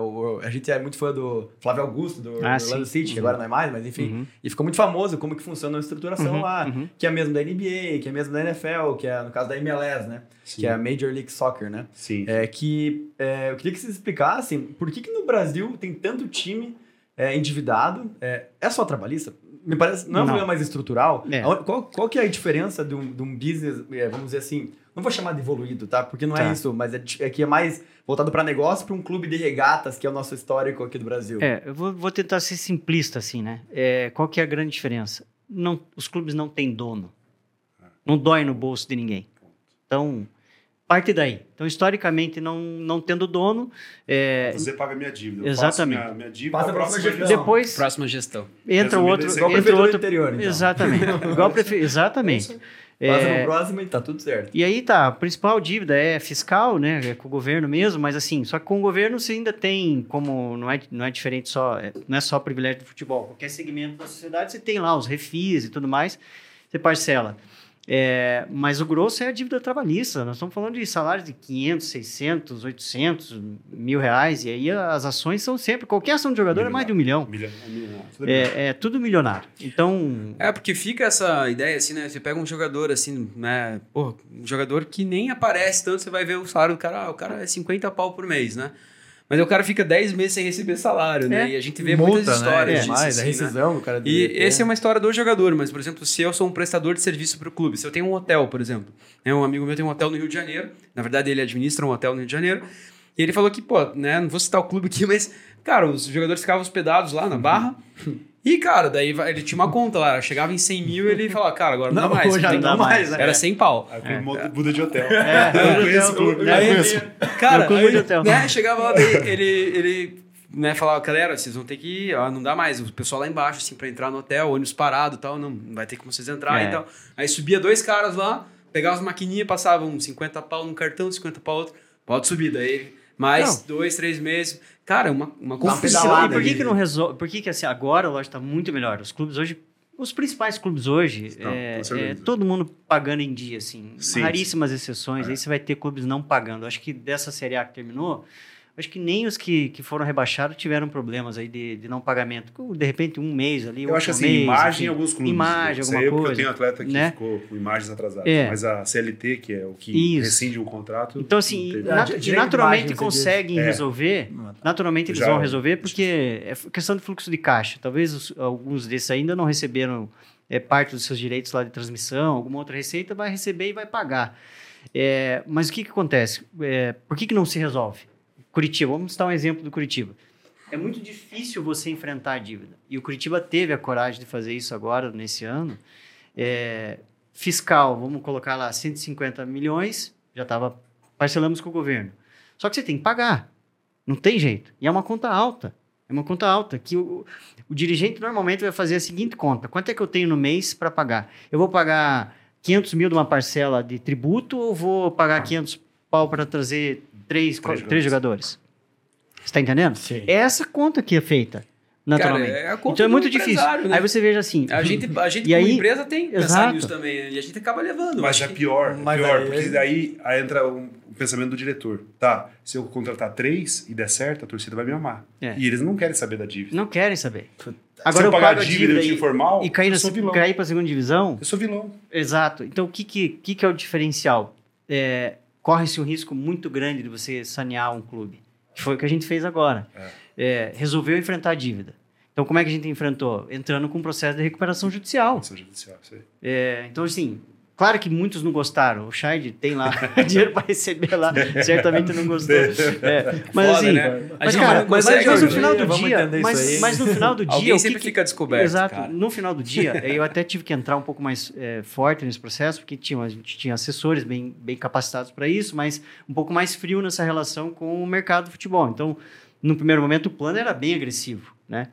S1: A gente é muito fã do Flávio Augusto, do Orlando City, que agora não é mais, mas enfim. E ficou muito famoso como que funciona a estruturação lá, que é mesmo da NBA, que é mesmo da NFL, que é, no caso da MLS, né? Sim. Que é a Major League Soccer, né?
S3: Sim.
S1: Eu queria que vocês explicassem por que no Brasil tem tanto time endividado. É só trabalhista? Me parece, não é um problema mais estrutural. Qual que é a diferença de um business, vamos dizer assim, não vou chamar de evoluído, tá? Porque não é isso, mas é que é mais voltado para negócio, para um clube de regatas, que é o nosso histórico aqui do Brasil.
S4: Eu vou tentar ser simplista assim, né? Qual que é a grande diferença? Os clubes não têm dono. Não dói no bolso de ninguém. Então, parte daí. Então, historicamente, não tendo dono...
S3: Você paga minha dívida.
S4: Exatamente.
S3: Eu faço minha dívida.
S1: Passa a próxima gestão.
S4: Depois...
S2: Próxima gestão.
S4: Entra outro...
S1: Igual prefeitura do interior, então.
S4: Exatamente. Igual exatamente.
S1: Passa no próximo e tá tudo certo.
S4: E aí a principal dívida é fiscal, né? É com o governo mesmo, mas assim, só que com o governo você ainda tem, como não é diferente só, não é só privilégio do futebol. Qualquer segmento da sociedade você tem lá os refis e tudo mais, você parcela. Mas o grosso é a dívida trabalhista. Nós estamos falando de salários de 500, 600, 800, R$1.000. E aí as ações são sempre... Qualquer ação de jogador é mais de R$1 milhão. É tudo milionário. Então...
S2: porque fica essa ideia assim, né? Você pega um jogador assim, né? Pô, um jogador que nem aparece tanto, você vai ver o salário do cara. O cara é 50 pau por mês, né? Mas o cara fica 10 meses sem receber salário, né? E a gente vê muitas histórias disso.
S1: A rescisão do cara.
S2: Essa é uma história do jogador, mas, por exemplo, se eu sou um prestador de serviço para o clube, se eu tenho um hotel, por exemplo, um amigo meu tem um hotel no Rio de Janeiro, na verdade ele administra um hotel no Rio de Janeiro, e ele falou que, né, não vou citar o clube aqui, mas, cara, os jogadores ficavam hospedados lá na Barra, e, cara, daí ele tinha uma conta lá, chegava em 100 mil e ele falava, cara, agora não dá mais.
S1: Já não dá mais, né?
S2: Era 100 pau.
S3: Muda de hotel.
S1: Eu conheço o clube.
S2: Cara, né, chegava lá, daí ele né, falava, galera, vocês vão ter que ir, não dá mais. O pessoal lá embaixo, assim, pra entrar no hotel, ônibus parado e tal, não vai ter como vocês entrar e tal. Aí subia 2 caras lá, pegava as maquininhas, passavam 50 pau num cartão, 50 pau outro, pode subir. Daí mais 2, 3 meses... Cara, uma confusão.
S4: E por que não resolve? Por que assim, agora a loja está muito melhor? Os clubes hoje, os principais clubes hoje, todo mundo pagando em dia, assim. Raríssimas exceções. Aí você vai ter clubes não pagando. Acho que dessa Série A que terminou, acho que nem os que foram rebaixados tiveram problemas aí de não pagamento. De repente, um mês ali,
S3: eu acho que assim,
S4: mês,
S3: imagem
S4: enfim,
S3: em alguns clubes.
S4: Imagem, alguma coisa.
S3: Porque eu tenho atleta que
S4: né?
S3: ficou com imagens atrasadas. Mas a CLT, que é o que rescinde o contrato...
S4: Então, assim, naturalmente conseguem resolver. Naturalmente eles vão resolver, porque é questão de fluxo de caixa. Talvez alguns desses ainda não receberam parte dos seus direitos lá de transmissão, alguma outra receita vai receber e vai pagar. Mas o que acontece? Por que não se resolve? Curitiba, vamos dar um exemplo do Curitiba. É muito difícil você enfrentar a dívida. E o Curitiba teve a coragem de fazer isso agora, nesse ano. Fiscal, vamos colocar lá 150 milhões, parcelamos com o governo. Só que você tem que pagar. Não tem jeito. E é uma conta alta. É uma conta alta que o dirigente normalmente vai fazer a seguinte conta. Quanto é que eu tenho no mês para pagar? Eu vou pagar 500 mil de uma parcela de tributo ou vou pagar 500 pau para trazer três jogadores? Você está entendendo?
S1: Sim.
S4: É essa conta que é feita, naturalmente.
S2: Cara, a conta
S4: então é muito difícil.
S2: Né?
S4: Aí você veja assim...
S2: A gente
S4: e
S2: como
S4: aí,
S2: empresa tem que pensar nisso também. E a gente acaba levando.
S3: Mas é pior, porque daí entra o pensamento do diretor. Tá, se eu contratar 3 e der certo, a torcida vai me amar. E eles não querem saber da dívida.
S4: Não querem saber.
S3: Agora, se eu pagar a dívida de formal,
S4: e cair para a segunda divisão...
S3: Eu sou vilão.
S4: Exato. Então, o que é o diferencial? Corre-se um risco muito grande de você sanear um clube. Que foi o que a gente fez agora. Resolveu enfrentar a dívida. Então, como é que a gente enfrentou? Entrando com um processo de recuperação judicial. Então, assim... Claro que muitos não gostaram. O Scheid tem lá dinheiro para receber lá. Certamente não gostou. Mas assim...
S2: Né?
S4: Mas no final do dia... Mas no final do dia...
S2: Alguém sempre fica descoberto,
S4: exato.
S2: Cara.
S4: No final do dia, eu até tive que entrar um pouco mais forte nesse processo, porque a gente tinha assessores bem capacitados para isso, mas um pouco mais frio nessa relação com o mercado do futebol. Então, no primeiro momento, o plano era bem agressivo, né?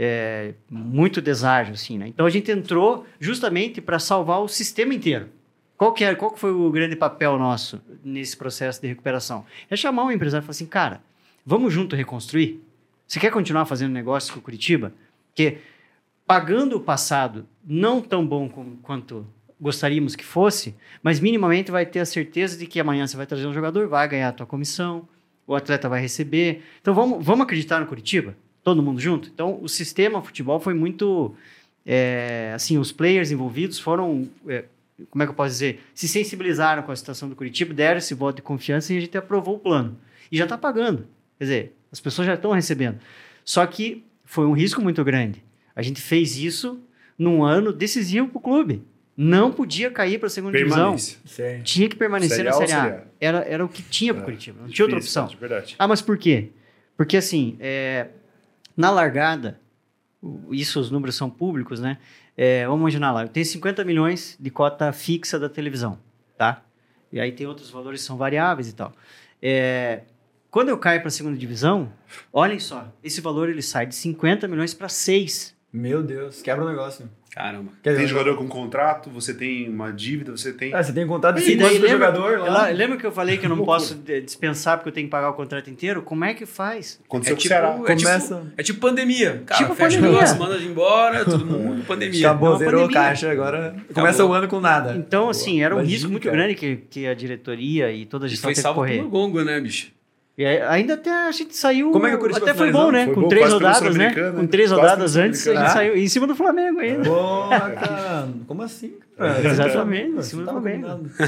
S4: Muito deságio, assim, né? Então a gente entrou justamente para salvar o sistema inteiro. Qual que foi o grande papel nosso nesse processo de recuperação? É chamar um empresário e falar assim, cara, vamos junto reconstruir? Você quer continuar fazendo negócio com o Curitiba? Porque pagando o passado não tão bom quanto gostaríamos que fosse, mas minimamente vai ter a certeza de que amanhã você vai trazer um jogador, vai ganhar a tua comissão, o atleta vai receber. Então vamos acreditar no Curitiba? Todo mundo junto? Então, o sistema futebol foi muito... assim, os players envolvidos foram... como é que eu posso dizer? Se sensibilizaram com a situação do Curitiba, deram esse voto de confiança e a gente aprovou o plano. E já está pagando. Quer dizer, as pessoas já estão recebendo. Só que foi um risco muito grande. A gente fez isso num ano decisivo para o clube. Não podia cair para a segunda divisão.
S1: Sim.
S4: Tinha que permanecer na Série A. Era o que tinha para o Curitiba. Não tinha outra opção.
S3: Verdade.
S4: Mas por quê? Porque, assim... na largada, os números são públicos, né? Vamos imaginar lá, eu tenho 50 milhões de cota fixa da televisão, tá? E aí tem outros valores que são variáveis e tal. Quando eu caio para a segunda divisão, olhem só, esse valor ele sai de 50 milhões para 6.
S1: Meu Deus, quebra o negócio.
S2: Caramba.
S3: Tem jogador com contrato, você tem uma dívida, você tem...
S1: Você tem um contrato de 5 anos com o jogador lá.
S4: Lembra que eu falei que eu não posso dispensar porque eu tenho que pagar o contrato inteiro? Como é que faz?
S3: Aconteceu com o Ceará.
S2: É tipo pandemia. Cara,
S4: tipo
S2: fecha
S4: pandemia.
S2: o negócio, manda embora, todo mundo, pandemia.
S1: Acabou, zerou
S4: pandemia.
S1: a caixa, agora começa o ano com nada.
S4: Então, assim, era um risco muito grande que a diretoria e toda a gestão teve que correr.
S2: Foi salvo pelo Gongo, né, bicho?
S4: E ainda até a gente saiu...
S1: Como é que o Curitiba
S4: até foi bom, né? Com 3 rodadas, né? Com 3 rodadas antes, a gente saiu em cima do Flamengo ainda.
S1: Boa, cara. Como assim, cara?
S4: Exatamente, em cima do Flamengo.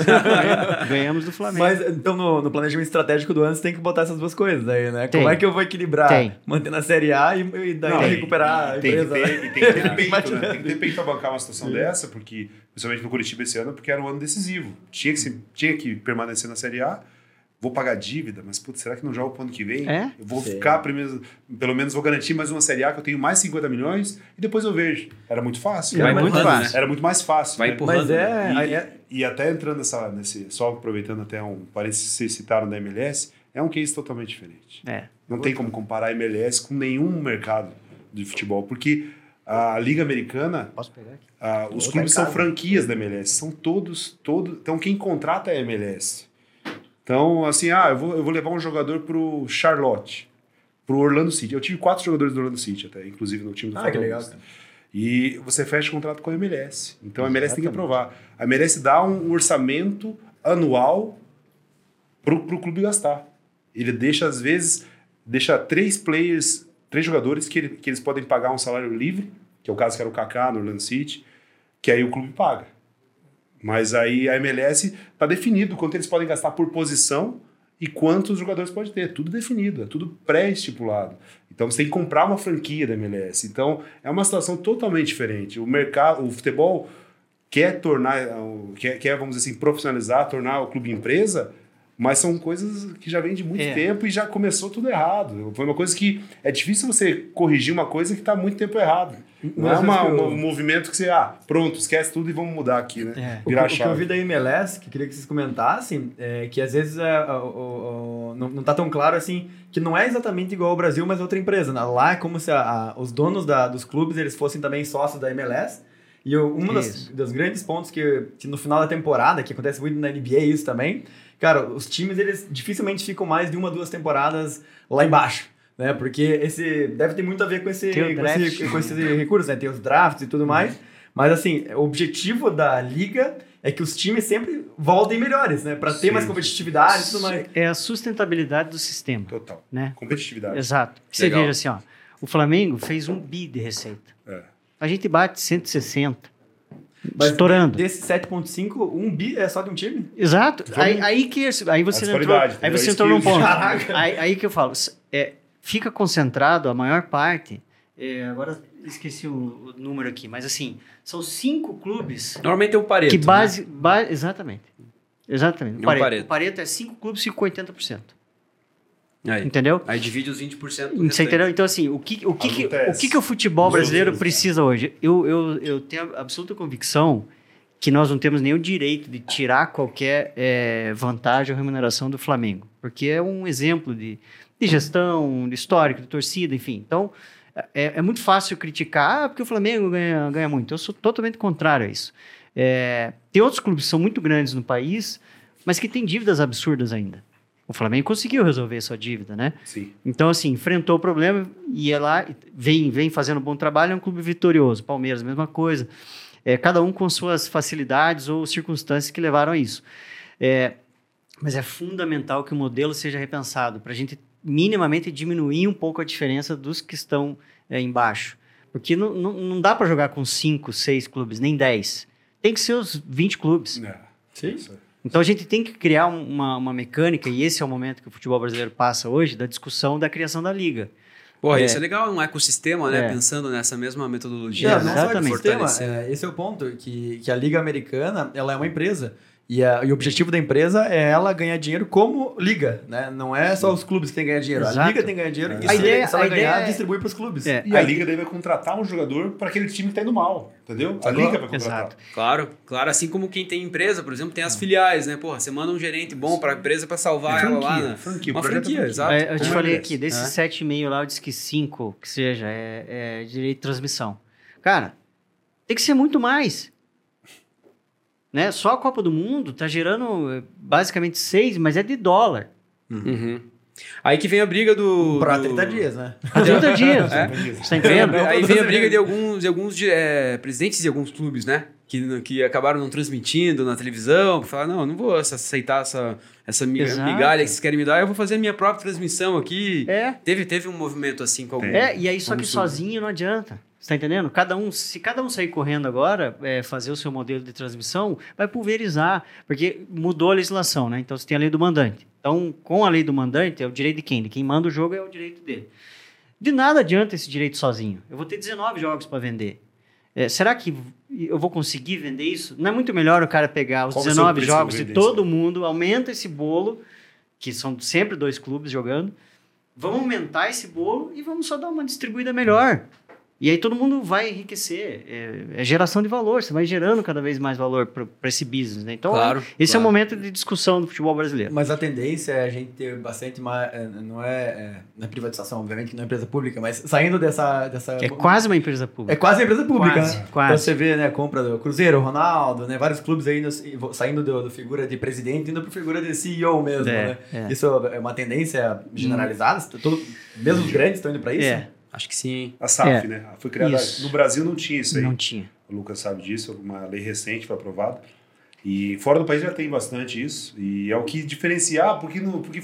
S4: Ganhamos do Flamengo.
S1: Mas, então, no planejamento estratégico do ano, você tem que botar essas duas coisas aí, né? Como é que eu vou equilibrar mantendo a Série A e daí recuperar a empresa?
S3: Tem que ter peito, né? Tem que ter peito pra bancar uma situação dessa, porque, principalmente no Curitiba esse ano, porque era um ano decisivo. Tinha que permanecer na Série A. Vou pagar dívida, mas putz, será que não jogo pro ano que vem? Eu vou ficar primeiro, pelo menos vou garantir mais uma Série A que eu tenho mais 50 milhões e depois eu vejo. Era muito fácil.
S2: Era muito fácil.
S3: Era muito mais fácil.
S2: Vai empurrando.
S3: Mas e até entrando nesse, só aproveitando até parece que vocês citaram da MLS, é um case totalmente diferente. Não tem como comparar a MLS com nenhum mercado de futebol, porque a Liga Americana,
S4: posso pegar aqui?
S3: Os clubes são franquias da MLS, são todos. Então quem contrata é a MLS. Então, assim, eu vou levar um jogador pro Charlotte, pro Orlando City. Eu tive 4 jogadores do Orlando City, até, inclusive no time do
S1: que legal.
S3: E você fecha o contrato com a MLS. Então a MLS tem que aprovar. A MLS dá um orçamento anual pro clube gastar. Ele deixa, às vezes, deixa 3 jogadores que eles podem pagar um salário livre, que é o caso que era o Kaká no Orlando City, que aí o clube paga. Mas aí a MLS está definido quanto eles podem gastar por posição e quantos jogadores pode ter. Tudo definido, é tudo pré-estipulado. Então você tem que comprar uma franquia da MLS. Então é uma situação totalmente diferente. O mercado, o futebol quer vamos dizer assim, profissionalizar, tornar o clube empresa, mas são coisas que já vêm de muito tempo e já começou tudo errado. Foi uma coisa que é difícil você corrigir uma coisa que está há muito tempo errado. Não é um movimento que você, pronto, esquece tudo e vamos mudar aqui, né?
S1: Virar o que eu vi da MLS, que queria que vocês comentassem, é que às vezes não tá tão claro assim, que não é exatamente igual ao Brasil, mas outra empresa. Lá é como se os donos dos clubes eles fossem também sócios da MLS. E um dos grandes pontos que no final da temporada, que acontece muito na NBA isso também, cara, os times eles dificilmente ficam mais de 1 ou 2 temporadas lá embaixo. Né? Porque esse deve ter muito a ver com esse recurso, né? Tem os drafts e tudo mais. Mas, assim, o objetivo da liga é que os times sempre voltem melhores, né? Para ter mais competitividade e tudo mais.
S4: É a sustentabilidade do sistema.
S3: Total.
S4: Né?
S3: Competitividade.
S4: Exato. Você veja assim, o Flamengo fez 1 bi de receita. A gente bate 160.
S1: Mas
S4: estourando.
S1: Desse 7,5, 1 bi é só de um time?
S4: Exato. Aí você entrou num ponto. Aí que eu falo, fica concentrado a maior parte, agora esqueci o número aqui, mas assim, são 5 clubes...
S2: Normalmente é o Pareto,
S4: exatamente. O Pareto é 5 clubes, ficam com 80%.
S2: Aí.
S4: Entendeu?
S2: Aí divide os 20%.
S4: Você entendeu? Então, assim, o que o futebol brasileiro precisa hoje? Eu tenho absoluta convicção que nós não temos nenhum direito de tirar qualquer vantagem ou remuneração do Flamengo, porque é um exemplo de gestão, de histórico, de torcida, enfim. Então, é muito fácil criticar, porque o Flamengo ganha muito. Eu sou totalmente contrário a isso. Tem outros clubes que são muito grandes no país, mas que têm dívidas absurdas ainda. O Flamengo conseguiu resolver sua dívida, né?
S3: Sim.
S4: Então, assim, enfrentou o problema, ia lá, vem fazendo um bom trabalho, é um clube vitorioso. Palmeiras, mesma coisa. Cada um com suas facilidades ou circunstâncias que levaram a isso. Mas é fundamental que o modelo seja repensado para a gente minimamente diminuir um pouco a diferença dos que estão embaixo. Porque não dá para jogar com 5, 6 clubes, nem 10. Tem que ser os 20 clubes.
S1: Sim.
S4: Então a gente tem que criar uma mecânica, e esse é o momento que o futebol brasileiro passa hoje, da discussão da criação da liga.
S2: Isso é legal, um ecossistema, né? Pensando nessa mesma metodologia.
S1: Não só ecossistema, esse é o ponto, que a Liga Americana ela é uma empresa. E o objetivo da empresa é ela ganhar dinheiro como liga, né? Não é só os clubes que têm que ganhar dinheiro.
S4: Exato.
S1: A liga tem que ganhar dinheiro e se ela ganhar, distribui para os clubes.
S3: E a liga deve contratar um jogador para aquele time que está indo mal, entendeu? A liga vai contratar.
S4: Exato.
S2: Claro. Assim como quem tem empresa, por exemplo, tem as filiais, né? Porra, você manda um gerente bom para a empresa para salvar ela lá. Né?
S3: Uma franquia,
S2: exato.
S4: Eu te falei aqui, desses 7,5 lá, eu disse que 5, que seja, é direito de transmissão. Cara, tem que ser muito mais. Né? Só a Copa do Mundo está gerando basicamente 6, mas é de dólar.
S2: Uhum. Aí que vem a briga do...
S1: Para 30 dias, né?
S4: Para 30 dias. Você está entendendo?
S2: Aí vem a briga de alguns presidentes de alguns clubes, né? Que acabaram não transmitindo na televisão, para falar, não vou aceitar essa migalha que vocês querem me dar, eu vou fazer a minha própria transmissão aqui. Teve um movimento assim com algum...
S4: E aí só que sozinho não adianta. Você está entendendo? Se cada um sair correndo agora, fazer o seu modelo de transmissão, vai pulverizar, porque mudou a legislação, né? Então, você tem a lei do mandante. Então, com a lei do mandante, é o direito de quem? De quem manda o jogo é o direito dele. De nada adianta esse direito sozinho. Eu vou ter 19 jogos para vender. Será que eu vou conseguir vender isso? Não é muito melhor o cara pegar os 19 jogos de todo mundo, aumenta esse bolo, que são sempre 2 clubes jogando, vamos aumentar esse bolo e vamos só dar uma distribuída melhor. E aí todo mundo vai enriquecer. É geração de valor. Você vai gerando cada vez mais valor para esse business, né? Então, esse é o momento de discussão do futebol brasileiro.
S1: Mas a tendência é a gente ter bastante mais... Não é privatização, obviamente, que não é empresa pública, mas saindo dessa...
S4: É quase uma empresa pública.
S1: É quase uma empresa pública,
S4: quase,
S1: né?
S4: Quase.
S1: Então você vê, né? Compra do Cruzeiro, Ronaldo, né? Vários clubes aí saindo do figura de presidente, indo para figura de CEO mesmo, né? Isso é uma tendência generalizada? Mesmo os grandes estão indo para isso?
S2: Acho que sim.
S3: A SAF, né? Foi criada... No Brasil não tinha isso aí.
S4: Não tinha.
S3: O Lucas sabe disso, uma lei recente foi aprovada. E fora do país já tem bastante isso. E é o que diferenciar, porque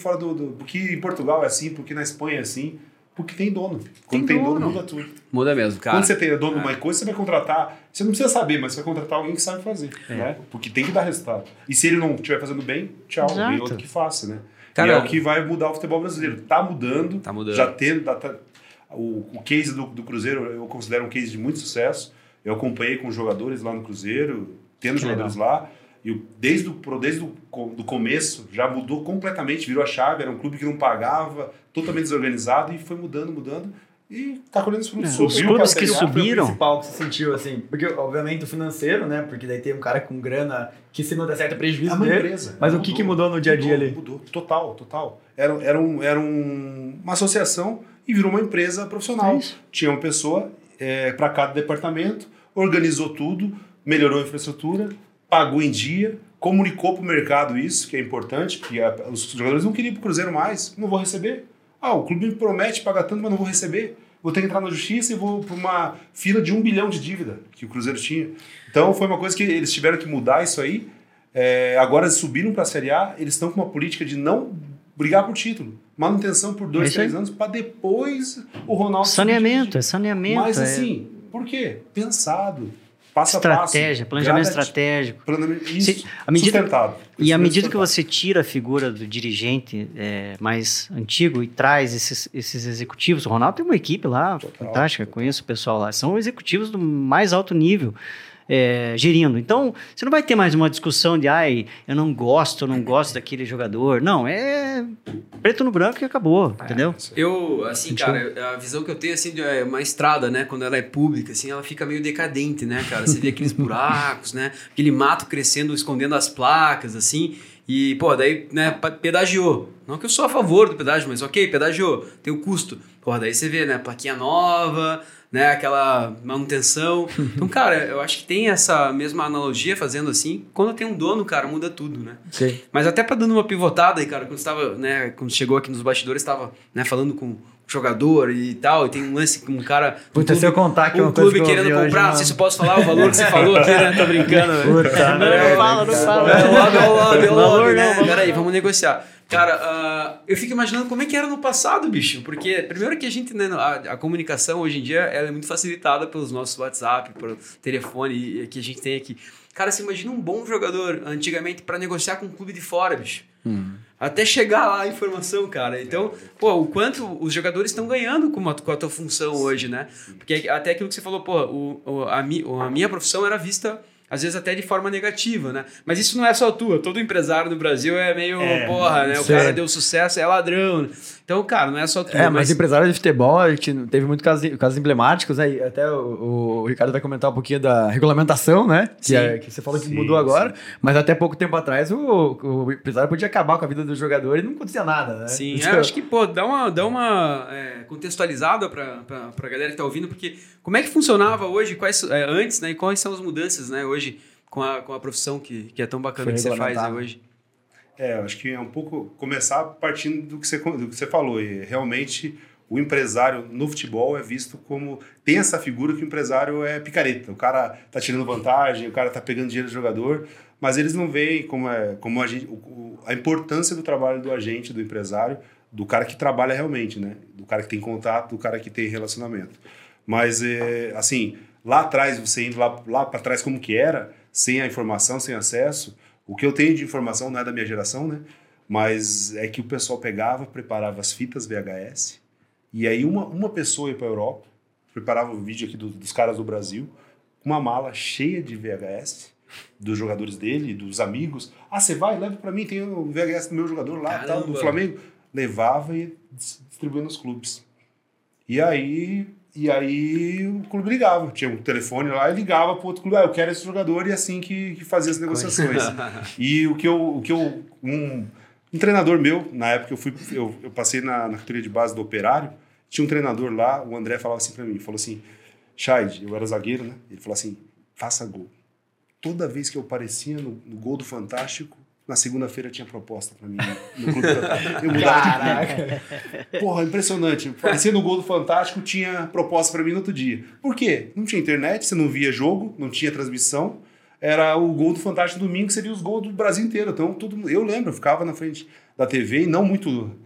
S3: em Portugal é assim, porque na Espanha é assim, porque tem dono. Quando tem dono, muda tudo.
S2: Muda mesmo, cara.
S3: Quando você tem dono de uma coisa, você vai contratar, você não precisa saber, mas você vai contratar alguém que sabe fazer, né? Porque tem que dar resultado. E se ele não estiver fazendo bem, tchau, tem outro que faça, né? Cara, e é o que vai mudar o futebol brasileiro. Tá mudando. Já tendo... O case do Cruzeiro, eu considero um case de muito sucesso. Eu acompanhei com jogadores lá no Cruzeiro, tendo jogadores lá. E desde o começo já mudou completamente, virou a chave, era um clube que não pagava, totalmente desorganizado, e foi mudando, e tá colhendo os frutos.
S4: Os clubes que subiram...
S1: Foi o principal que você sentiu, assim, porque obviamente o financeiro, né, porque daí tem um cara com grana que se não der certo é prejuízo dele,
S3: empresa,
S1: mas o que mudou no dia a dia ali?
S3: Mudou, total. Era uma associação e virou uma empresa profissional. Tinha uma pessoa para cada departamento, organizou tudo, melhorou a infraestrutura, pagou em dia, comunicou para o mercado isso, que é importante, porque os jogadores não queriam ir para o Cruzeiro mais, não vou receber. O clube me promete pagar tanto, mas não vou receber. Vou ter que entrar na justiça e vou para uma fila de 1 bilhão de dívida que o Cruzeiro tinha. Então foi uma coisa que eles tiveram que mudar isso aí. Agora eles subiram para a Série A, eles estão com uma política de não brigar por título. Manutenção por 2, 3 anos, para depois o Ronaldo...
S4: Saneamento.
S3: Mas assim, por quê? Pensado. Passo
S4: estratégia,
S3: a passo,
S4: planejamento estratégico.
S3: Isso, sustentado.
S4: E à medida que você tira a figura do dirigente mais antigo e traz esses executivos, o Ronaldo tem uma equipe lá fantástica, conheço o pessoal lá, são executivos do mais alto nível, gerindo. Então, você não vai ter mais uma discussão de eu não gosto daquele jogador. Não, é preto no branco e acabou, entendeu?
S2: Eu, assim, cara, a visão que eu tenho, assim, de uma estrada, né, quando ela é pública, assim, ela fica meio decadente, né, cara? Você vê aqueles buracos, né, aquele mato crescendo, escondendo as placas, assim, e, pô, daí, né, pedagiou. Não que eu sou a favor do pedágio, mas ok, pedagiou, tem o custo. Pô, daí você vê, né, plaquinha nova, né, aquela manutenção. Então, cara, eu acho que tem essa mesma analogia fazendo assim. Quando tem um dono, cara, muda tudo, né?
S1: Sim.
S2: Mas até pra dando uma pivotada aí, cara, quando você tava, né, quando chegou aqui nos bastidores, estava, né, falando com o jogador e tal, e tem um lance com um cara...
S1: Puta, se eu contar que
S2: um clube querendo comprar, não sei se eu posso falar o valor que você falou aqui, né? Tô brincando.
S4: Puta, não fala.
S2: Valor, né? Peraí, vamos negociar. Cara, eu fico imaginando como é que era no passado, bicho. Porque, primeiro que a gente, né, a comunicação hoje em dia ela é muito facilitada pelos nossos WhatsApp, pelo telefone que a gente tem aqui. Cara, você imagina um bom jogador antigamente para negociar com um clube de fora, bicho. Até chegar lá a informação, cara. Então, pô, o quanto os jogadores estão ganhando com a tua função hoje, né? Porque até aquilo que você falou, pô, a minha profissão era vista... às vezes até de forma negativa, né? Mas isso não é só tua. Todo empresário no Brasil é meio, né? O cara deu sucesso, é ladrão. Né? Então, cara, não é só tua.
S1: Mas empresário de futebol, a gente teve muitos casos emblemáticos, né? E até o Ricardo vai comentar um pouquinho da regulamentação, né? Que você falou que mudou agora. Mas até pouco tempo atrás, o empresário podia acabar com a vida do jogador e não acontecia nada, né?
S2: Sim, eu acho que, pô, dá uma contextualizada pra galera que tá ouvindo, porque como é que funcionava hoje, antes, né? E quais são as mudanças, né? Hoje, com a profissão que é tão bacana que você faz hoje.
S3: Eu acho que é um pouco começar partindo do que você falou. E realmente, o empresário no futebol é visto como... Tem essa figura que o empresário é picareta. O cara tá tirando vantagem, o cara tá pegando dinheiro do jogador, mas eles não veem como a importância do trabalho do agente, do empresário, do cara que trabalha realmente, né? Do cara que tem contato, do cara que tem relacionamento. Mas, assim... Lá atrás, você indo lá para trás como que era, sem a informação, sem acesso, o que eu tenho de informação não é da minha geração, né? Mas é que o pessoal preparava as fitas VHS, e aí uma pessoa ia para a Europa, preparava o vídeo aqui dos caras do Brasil, uma mala cheia de VHS, dos jogadores dele, dos amigos. Você vai, leva para mim, tem o VHS do meu jogador lá, tal, do Flamengo. Levava e distribuía nos clubes. E aí o clube ligava, tinha um telefone lá e ligava para o outro clube, eu quero esse jogador, e assim que fazia as negociações. E um treinador meu, na época eu passei na categoria de base do Operário, tinha um treinador lá, o André falava assim para mim, falou assim, Chaide, eu era zagueiro, né? Ele falou assim, faça gol. Toda vez que eu aparecia no gol do Fantástico, na segunda-feira tinha proposta pra mim no Clube Fantástico. Eu mudava de clube. Porra, impressionante. Aparecia no gol do Fantástico, tinha proposta pra mim no outro dia. Por quê? Não tinha internet, você não via jogo, não tinha transmissão. era o gol do Fantástico Domingo, que seria os gols do Brasil inteiro. Então, eu lembro, eu ficava na frente da TV, e não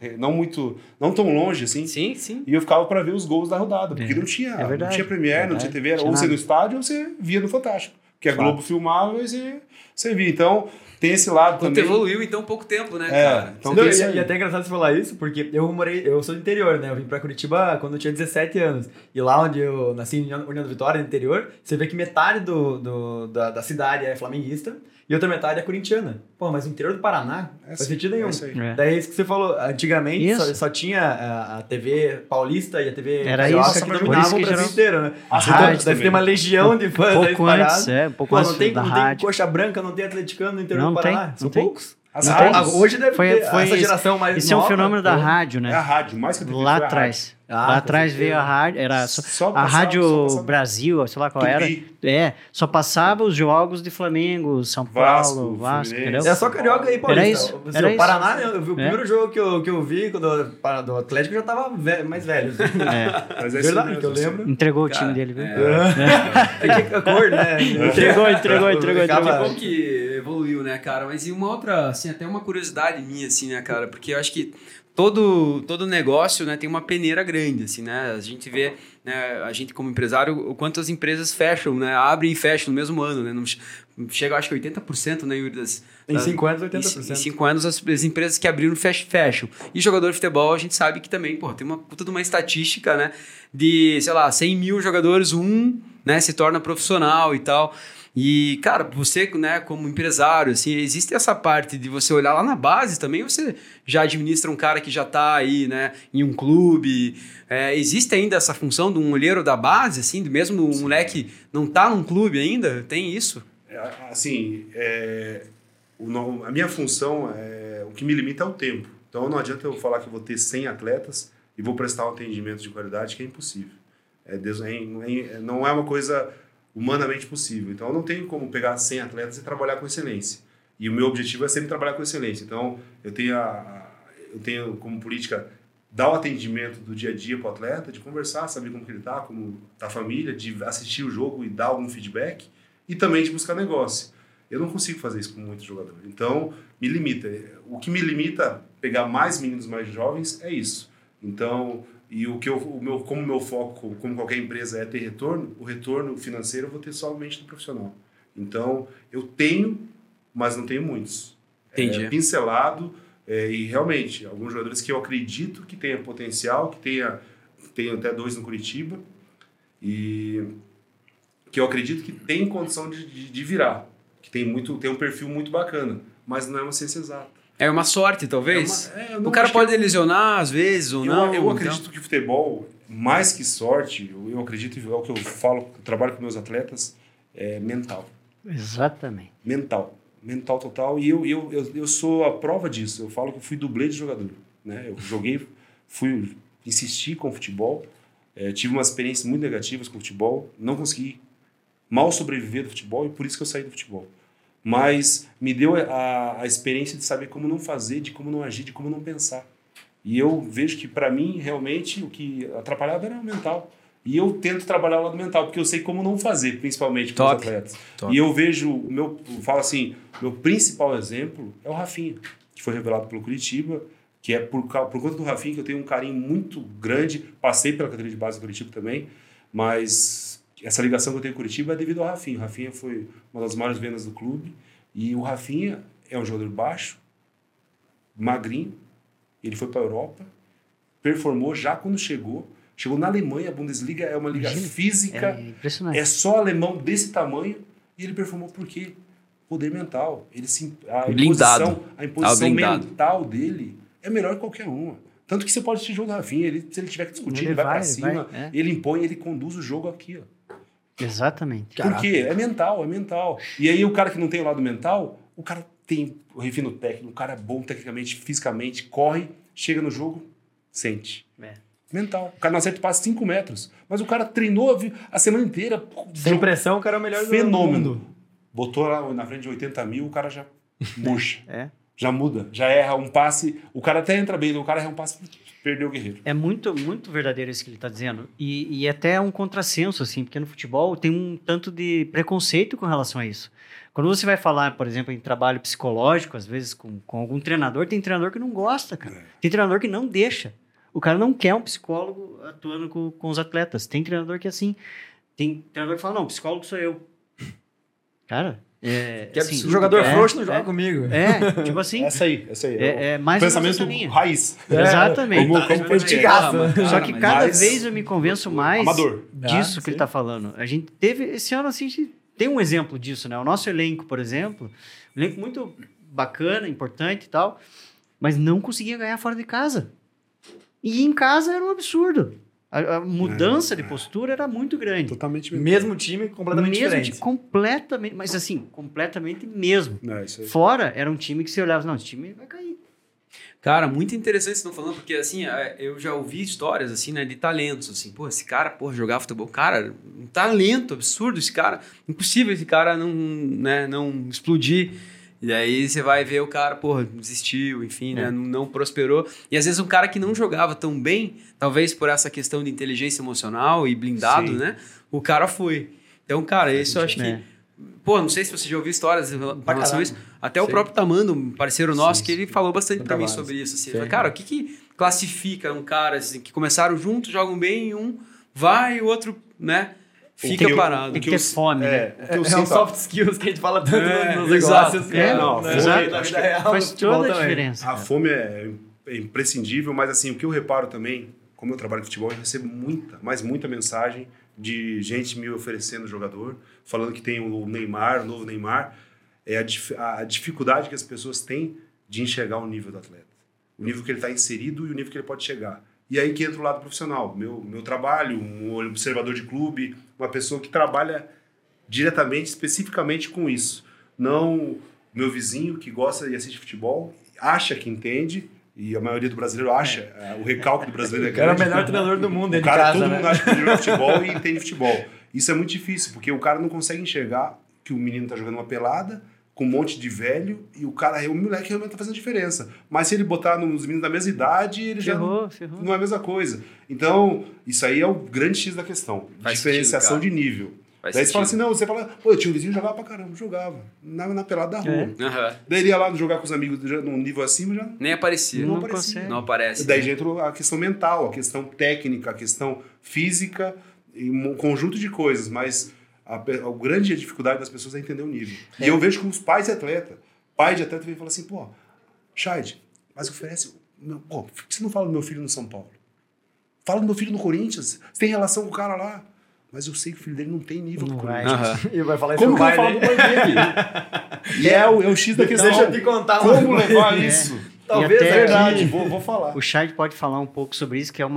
S3: tão longe, assim.
S2: Sim, sim.
S3: E eu ficava para ver os gols da rodada, porque não tinha Premiere, não tinha TV, era ou você no estádio ou você via no Fantástico. Porque a Globo filmava e você via. Então, tem esse lado também.
S2: Evoluiu, então, pouco tempo, né, cara?
S1: Então, e até é engraçado você falar isso, porque eu sou do interior, né? Eu vim pra Curitiba quando eu tinha 17 anos. E lá onde eu nasci, em União da Vitória, no interior, você vê que metade da cidade é flamenguista e outra metade é corintiana. Pô, mas no interior do Paraná, não faz sentido nenhum. Daí é isso que você falou. Antigamente só tinha a TV paulista e a TV
S4: carioca
S1: que dominavam o Brasil inteiro, né? Deve ter uma legião de fãs aí
S4: espalhados. Um pouco antes,
S1: não tem coxa branca, não tem atleticano no interior do Paraná. São poucos.
S3: Hoje
S1: deve ter essa geração mais
S4: esse
S1: nova.
S4: Esse é um fenômeno da rádio, né?
S3: É a rádio, mais que a TV.
S4: Lá atrás. Lá atrás veio a rádio, era a Rádio Brasil, sei lá qual era. Só passava os jogos de Flamengo, São Paulo, Vasco, entendeu?
S1: É só carioca aí, Paulista.
S4: Era isso.
S1: Paraná, o primeiro jogo que eu vi do Atlético já tava mais velho.
S3: Mas é
S1: verdade, que eu lembro.
S4: Entregou o time dele, viu?
S1: Que cor, né?
S4: Entregou.
S2: Que bom que evoluiu, né, cara? Mas e uma outra, assim, até uma curiosidade minha, assim, né, cara? Porque eu acho que todo negócio, né, tem uma peneira grande, assim, né? A gente vê, né, a gente como empresário, o quanto as empresas fecham, né? Abrem e fecham no mesmo ano, né? Não chega, acho que 80%, né, Yuri?
S1: Em 5 anos, 80%.
S2: Em 5 anos, as empresas que abriram fecham. E jogador de futebol, a gente sabe que também, tem uma puta de uma estatística, né? De, sei lá, 100 mil jogadores, né, se torna profissional e tal. E, cara, você, né, como empresário, assim, existe essa parte de você olhar lá na base também, você já administra um cara que já tá aí, né, em um clube. Existe ainda essa função de um olheiro da base, assim, mesmo o moleque não tá num clube ainda? Tem isso?
S3: Assim, a minha função, o que me limita é o tempo. Então, não adianta eu falar que eu vou ter 100 atletas e vou prestar um atendimento de qualidade, que é impossível. Não é uma coisa humanamente possível. Então, eu não tenho como pegar 100 atletas e trabalhar com excelência. E o meu objetivo é sempre trabalhar com excelência. Então, eu tenho como política dar o atendimento do dia a dia para o atleta, de conversar, saber como que ele está, como está a família, de assistir o jogo e dar algum feedback, e também de buscar negócio. Eu não consigo fazer isso com muitos jogadores. Então, me limita. O que me limita a pegar mais meninos mais jovens é isso. Então, como meu foco, como qualquer empresa, é ter retorno, o retorno financeiro eu vou ter somente do profissional. Então, eu tenho, mas não tenho muitos.
S2: Entendi.
S3: Pincelado, e realmente, alguns jogadores que eu acredito que tenha potencial, tenho até 2 no Curitiba, e que eu acredito que tem condição de virar, que tem um perfil muito bacana, mas não é uma ciência exata.
S2: É uma sorte, talvez? O cara pode lesionar, às vezes, ou não.
S3: Eu acredito que o futebol, mais que sorte, eu acredito, é o que eu falo, eu trabalho com meus atletas, é mental.
S4: Exatamente.
S3: Mental total. E eu sou a prova disso. Eu falo que eu fui dublê de jogador. Né? Eu joguei, insisti com o futebol, tive umas experiências muito negativas com o futebol, não consegui mal sobreviver do futebol e por isso que eu saí do futebol. Mas me deu a experiência de saber como não fazer, de como não agir, de como não pensar. E eu vejo que, para mim, realmente, o que atrapalhava era o mental. E eu tento trabalhar o lado mental, porque eu sei como não fazer, principalmente com os atletas. E eu vejo, eu falo assim, meu principal exemplo é o Rafinha, que foi revelado pelo Curitiba, que é por conta do Rafinha que eu tenho um carinho muito grande. Passei pela categoria de base do Curitiba também, mas essa ligação que eu tenho com o Curitiba é devido ao Rafinha. O Rafinha foi uma das maiores vendas do clube. E o Rafinha é um jogador baixo, magrinho. Ele foi para a Europa, performou já quando chegou na Alemanha. A Bundesliga é uma liga física. É impressionante. É só alemão desse tamanho. E ele performou por quê? Poder mental. A imposição mental dele é melhor que qualquer uma. Tanto que você pode assistir o jogo do Rafinha. Se ele tiver que discutir, ele vai para cima. Ele impõe, ele conduz o jogo aqui, ó.
S4: Exatamente.
S3: Por quê? É mental. E aí o cara que não tem o lado mental, o cara tem o refino técnico, o cara é bom tecnicamente, fisicamente, corre, chega no jogo, sente. Mental. O cara não acerta o passe 5 metros, mas o cara treinou a semana inteira.
S1: Sem pressão, o cara é o melhor
S3: fenômeno.
S1: do mundo.
S3: Botou lá na frente de 80 mil, o cara já murcha. Já muda, já erra um passe, o cara até entra bem, o cara erra um passe, perdeu o guerreiro.
S4: É muito, muito verdadeiro isso que ele está dizendo. E até um contrassenso, assim, porque no futebol tem um tanto de preconceito com relação a isso. Quando você vai falar, por exemplo, em trabalho psicológico, às vezes com algum treinador, tem treinador que não gosta, cara. Tem treinador que não deixa. O cara não quer um psicólogo atuando com os atletas. Tem treinador que assim... Tem treinador que fala, não, psicólogo sou eu. Cara...
S1: Assim, o jogador frouxo não joga comigo.
S4: Tipo assim...
S3: Essa aí.
S4: É mais
S3: pensamento raiz.
S4: Exatamente.
S3: Como politicaça.
S4: Só que cada vez eu me convenço mais
S3: amador
S4: disso que ele tá falando. A gente teve... Esse ano, assim, a gente tem um exemplo disso, né? O nosso elenco, por exemplo, um elenco muito bacana, importante e tal, mas não conseguia ganhar fora de casa. E em casa era um absurdo. A mudança de postura era muito grande.
S3: Totalmente
S1: mesmo time, completamente diferente.
S4: Completamente, mas assim, completamente mesmo. Fora, era um time que você olhava, não, esse time vai cair.
S2: Cara, muito interessante você estão falando, porque assim, eu já ouvi histórias assim, né, de talentos, assim, pô, esse cara, pô, jogar futebol, cara, um talento absurdo, esse cara, impossível esse cara não explodir. E aí você vai ver o cara, porra, desistiu, enfim, né? Não prosperou. E às vezes um cara que não jogava tão bem, talvez por essa questão de inteligência emocional e blindado, né? O cara foi. Então, cara, isso eu acho que... Pô, não sei se você já ouviu histórias em relação a isso. Até o próprio Tamando, um parceiro nosso, que ele falou bastante pra mim sobre isso. Assim. Falei, cara, o que classifica um cara assim, que começaram juntos, jogam bem, um vai e o outro, né? Fica parado.
S4: Tem que ter fome, né?
S1: É um soft skills que a gente fala tanto nos negócios.
S4: Faz toda a diferença.
S3: A fome é imprescindível, mas assim, o que eu reparo também, como eu trabalho em futebol, eu recebo muita mensagem de gente me oferecendo jogador, falando que tem o Neymar, o novo Neymar. É a dificuldade que as pessoas têm de enxergar o nível do atleta. O nível que ele está inserido e o nível que ele pode chegar. E aí que entra o lado profissional. Meu trabalho, um observador de clube, uma pessoa que trabalha diretamente, especificamente com isso. Não meu vizinho que gosta e assiste futebol, acha que entende, e a maioria do brasileiro acha, o recalque do brasileiro é grande.
S1: O cara é o melhor treinador do mundo dentro
S3: de casa, todo
S1: né?
S3: mundo acha que joga futebol e entende futebol. Isso é muito difícil, porque o cara não consegue enxergar que o menino está jogando uma pelada, com um monte de velho, e o moleque realmente tá fazendo diferença. Mas se ele botar nos meninos da mesma idade, ele ferrou. Não é a mesma coisa. Então, isso aí é o grande X da questão. Diferenciação de nível. Daí você fala assim, não, você fala, pô, eu tinha um vizinho que jogava pra caramba, jogava. Na pelada da rua. Daí ele ia lá jogar com os amigos num nível acima, já...
S2: Nem aparecia.
S3: Não
S2: aparece.
S3: Daí já entra a questão mental, a questão técnica, a questão física, e um conjunto de coisas, mas... A grande dificuldade das pessoas é entender o nível. E eu vejo com os pais de atleta. Pai de atleta vem e fala assim, pô, Shade, mas oferece... Pô, por que você não fala do meu filho no São Paulo? Fala do meu filho no Corinthians. Você tem relação com o cara lá. Mas eu sei que o filho dele não tem nível do Corinthians.
S1: E vai falar isso
S3: como que vai falar do pai dele? E é o X da questão.
S1: Deixa eu te contar.
S3: Como levar isso?
S1: Talvez
S3: é verdade, vou falar.
S4: O Shade pode falar um pouco sobre isso, que é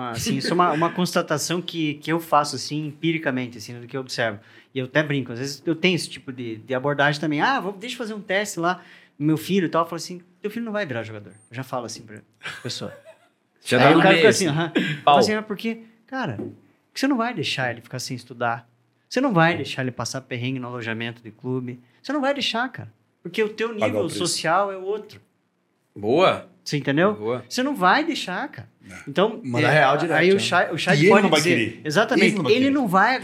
S4: uma constatação que eu faço assim, empiricamente, assim, do que eu observo. E eu até brinco, às vezes eu tenho esse tipo de abordagem também. Deixa eu fazer um teste lá, meu filho e tal. Eu falo assim, teu filho não vai virar jogador. Eu já falo assim pra pessoa.
S2: Já
S4: aí o cara fica assim, fala assim, porque, cara, você não vai deixar ele ficar sem estudar. Você não vai deixar ele passar perrengue no alojamento de clube. Você não vai deixar, cara. Porque o teu nível social é outro.
S2: Boa.
S4: Você entendeu?
S2: Boa.
S4: Você não vai deixar, cara. Então,
S1: manda real direto.
S4: Aí o Shade pode dizer... Querer. Exatamente. Ele não vai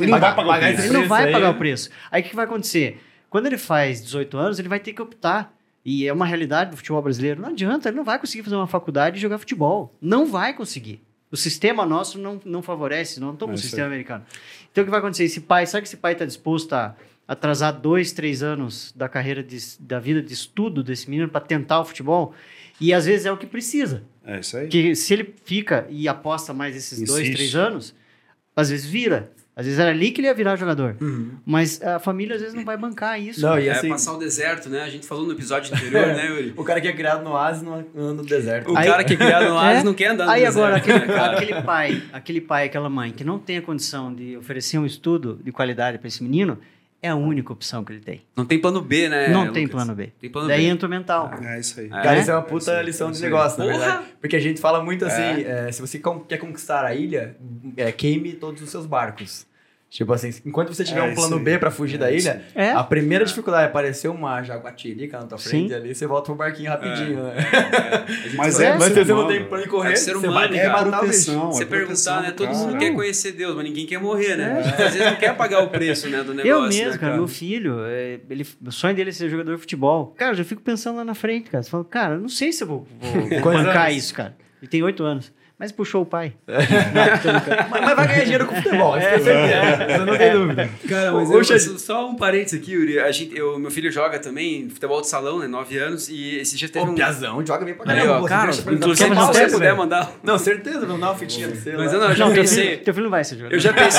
S4: pagar o preço. Aí o que vai acontecer? Quando ele faz 18 anos, ele vai ter que optar. E é uma realidade do futebol brasileiro. Não adianta, ele não vai conseguir fazer uma faculdade e jogar futebol. Não vai conseguir. O sistema nosso não favorece, não estou com o sistema americano. Então o que vai acontecer? Sabe que esse pai está disposto a atrasar 2, 3 anos da carreira, da vida de estudo desse menino para tentar o futebol? E às vezes é o que precisa.
S3: É isso aí.
S4: Porque se ele fica e aposta mais esses 2, 3 anos, às vezes vira. Às vezes era ali que ele ia virar jogador. Mas a família às vezes não vai bancar isso.
S1: Não, e assim,
S2: passar o deserto, né? A gente falou no episódio anterior, né, Yuri?
S1: O cara que é criado no oásis não anda no deserto.
S2: O cara que é criado no oásis não quer andar no deserto.
S4: Aí agora, aquele pai, aquela mãe que não tem a condição de oferecer um estudo de qualidade para esse menino, é a única opção que ele tem.
S2: Não tem plano B, né,
S4: Não tem plano B.
S2: Tem plano
S4: Daí
S2: B.
S4: entra o mental.
S3: É isso aí.
S1: Cara, isso é uma puta lição de negócio, na
S2: Porra!
S1: verdade. Porque a gente fala muito assim, se você quer conquistar a ilha, queime todos os seus barcos. Tipo assim, enquanto você tiver um plano B pra fugir da ilha, a primeira dificuldade é aparecer uma jaguatirica na tua frente ali, você volta pro barquinho rapidinho, né?
S3: Mas
S1: se você não tem plano de correr,
S2: ser
S1: você
S2: humano,
S1: vai matar
S3: proteção,
S2: Você perguntar, né? Todo mundo quer conhecer Deus, mas ninguém quer morrer, né?
S1: É.
S2: Às vezes não quer pagar o preço, né, do negócio.
S4: Eu mesmo,
S2: né,
S4: cara, meu filho, o sonho dele é ser jogador de futebol. Cara, eu já fico pensando lá na frente, cara. Você fala, cara, eu não sei se eu vou bancar isso, cara. Ele tem 8 anos. Mas puxou o pai.
S1: Mas vai ganhar dinheiro com futebol, isso é certeza. Você não tem dúvida.
S2: Cara, mas só um parênteses aqui, Yuri. Meu filho joga também futebol de salão, né? 9 anos. E esse dia teve
S1: Piazão, joga bem pra
S2: Aí,
S1: caramba.
S2: cara, inclusive, se você puder mandar...
S1: Não, certeza, não dá uma fitinha no seu.
S2: Mas eu já pensei...
S4: Teu filho não vai ser jogador.
S2: Eu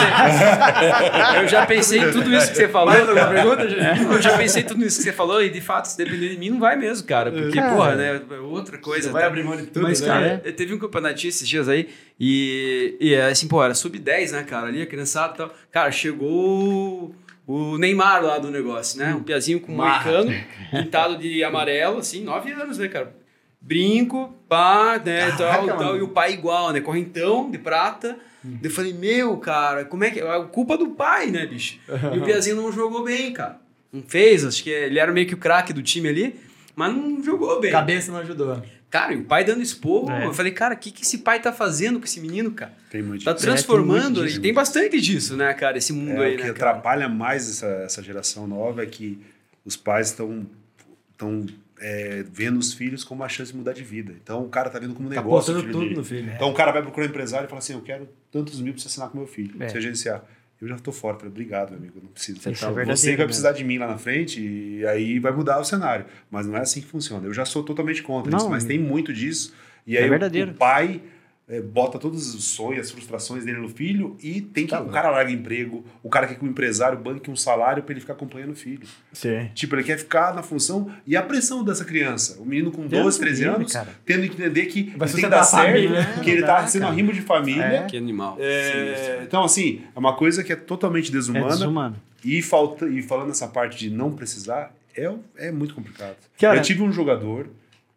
S2: já pensei em tudo isso que você falou.
S1: Mais alguma pergunta, gente?
S2: Eu já pensei em tudo isso que você falou e, de fato, se depender de mim, não vai mesmo, cara. Porque, porra, né? Outra coisa.
S1: Você vai abrir mão de tudo,
S2: Mas,
S1: né?
S2: cara, teve um campeonatinho esses dias aí e assim, pô, era sub-10, né, cara? Ali, a criançada e tal. Cara, chegou o Neymar lá do negócio, né? Um piazinho com um moicano, pintado de amarelo, assim, 9 anos, né, cara? Brinco, pá, né, tal. E o pai igual, né? Correntão de prata. Eu falei, meu, cara, como é que... É culpa do pai, né, bicho? E o piazinho não jogou bem, cara. Não fez, acho que ele era meio que o craque do time ali, mas não jogou bem.
S1: Cabeça não ajudou.
S2: Cara, e o pai dando esporro, eu falei, cara, o que esse pai tá fazendo com esse menino, cara?
S3: Tem muito
S2: tá
S3: disso.
S2: transformando,
S3: tem,
S2: tem bastante disso, né, cara, esse mundo aí,
S3: o que
S2: né,
S3: atrapalha mais essa geração nova é que os pais estão vendo os filhos como uma chance de mudar de vida. Então, o cara tá vendo como um negócio.
S1: Tá tudo no filho.
S3: Então, o cara vai procurar um empresário e fala assim, eu quero tantos mil pra você assinar com meu filho, pra você agenciar. Eu já tô fora. Falei, obrigado, meu amigo, eu não preciso. Você vai precisar de mim lá na frente e aí vai mudar o cenário. Mas não é assim que funciona. Eu já sou totalmente contra isso, mas tem muito disso. E aí o pai bota todos os sonhos, as frustrações dele no filho e tem que... O cara larga emprego, o cara quer que o empresário banque um salário pra ele ficar acompanhando o filho.
S1: Sim.
S3: Tipo, ele quer ficar na função e a pressão dessa criança. O menino com 12, 13 anos, cara, tendo que entender que
S1: vai
S3: tem que dar certo, que ele tá sendo arrimo de família.
S2: Que animal.
S3: Então, assim, é uma coisa que é totalmente desumana. E falando essa parte de não precisar, é muito complicado.
S1: Cara,
S3: eu tive um jogador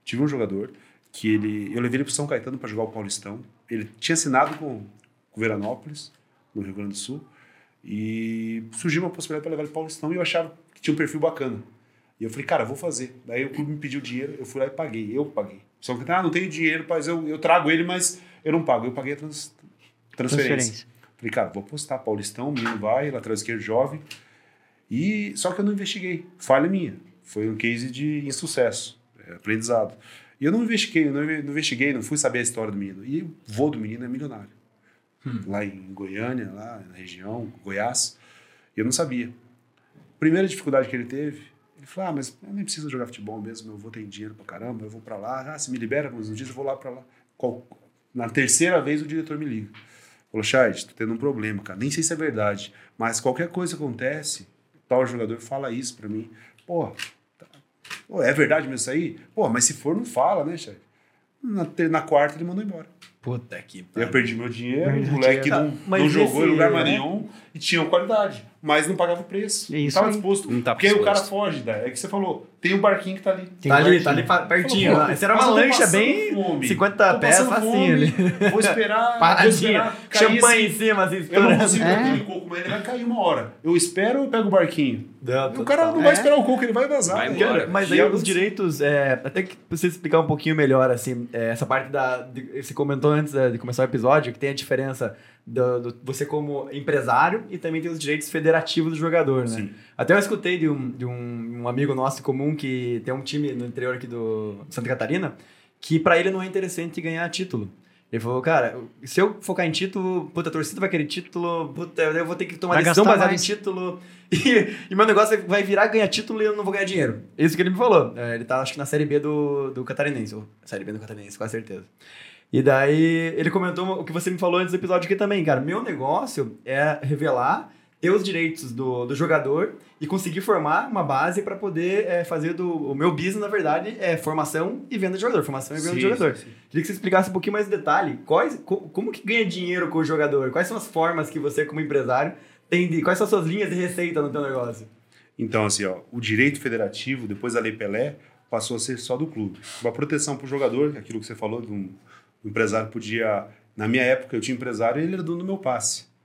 S3: que eu levei ele pro São Caetano para jogar o Paulistão. Ele tinha assinado com o Veranópolis, no Rio Grande do Sul, e surgiu uma possibilidade para levar ele pro Paulistão e eu achava que tinha um perfil bacana. E eu falei, cara, vou fazer. Daí o clube me pediu dinheiro, eu fui lá e paguei. Eu paguei. Só que, não tenho dinheiro, mas eu trago ele, mas eu não pago. Eu paguei a transferência. Falei, cara, vou apostar Paulistão, o menino vai, lateral esquerdo jovem. Só que eu não investiguei. Falha minha. Foi um case de insucesso, aprendizado. E eu não investiguei, não fui saber a história do menino. E o vô do menino é milionário. Lá em Goiânia, lá na região, Goiás. E eu não sabia. Primeira dificuldade que ele teve, ele falou, mas eu nem preciso jogar futebol mesmo, meu vô tem dinheiro pra caramba, eu vou pra lá. Se me libera alguns dias, eu vou lá pra lá. Na terceira vez o diretor me liga. Falou, Chad, tô tendo um problema, cara. Nem sei se é verdade, mas qualquer coisa que acontece, tal jogador fala isso pra mim. Pô, é verdade mesmo isso aí? Pô, mas se for, não fala, né, Chad? Na quarta ele mandou embora.
S1: Puta que pariu.
S3: Eu perdi meu dinheiro, o moleque não jogou em lugar mais nenhum e tinha qualidade, mas não pagava o preço. Não estava disposto. Porque aí o cara foge, é que você falou, tem um barquinho que tá ali.
S1: Tá ali pertinho. Essa era uma lancha bem fome, 50 pés, facinho ali.
S3: Vou esperar.
S1: Paradinha, champanhe em cima, assim.
S3: Eu não consigo ver aquele coco, mas ele vai cair uma hora. Eu espero ou eu pego o barquinho? O cara não vai esperar o coco, ele vai vazar.
S2: Vai embora.
S1: Mas aí os direitos, até que você explicar um pouquinho melhor, assim, essa parte você comentou antes de começar o episódio, que tem a diferença do você como empresário e também tem os direitos federativos do jogador, né? Sim. Até eu escutei de um amigo nosso comum que tem um time no interior aqui do Santa Catarina, que pra ele não é interessante ganhar título. Ele falou, cara, se eu focar em título, a torcida vai querer título, eu vou ter que tomar decisão baseada em título, e meu negócio vai virar ganhar título e eu não vou ganhar dinheiro. Isso que ele me falou. Ele tá, acho que na Série B do Catarinense, ou Série B do Catarinense, com certeza. E daí, ele comentou o que você me falou antes do episódio aqui também, cara. Meu negócio é revelar, ter os direitos do jogador e conseguir formar uma base para poder fazer o meu business, na verdade, formação e venda de jogador. Formação e venda de jogador. Sim. Queria que você explicasse um pouquinho mais de detalhe. Como que ganha dinheiro com o jogador? Quais são as formas que você, como empresário, tem quais são as suas linhas de receita no teu negócio? Então,
S3: assim, o direito federativo, depois da Lei Pelé, passou a ser só do clube. Uma proteção para o jogador, aquilo que você falou, o empresário podia... Na minha época, eu tinha empresário e ele era dono do meu passe.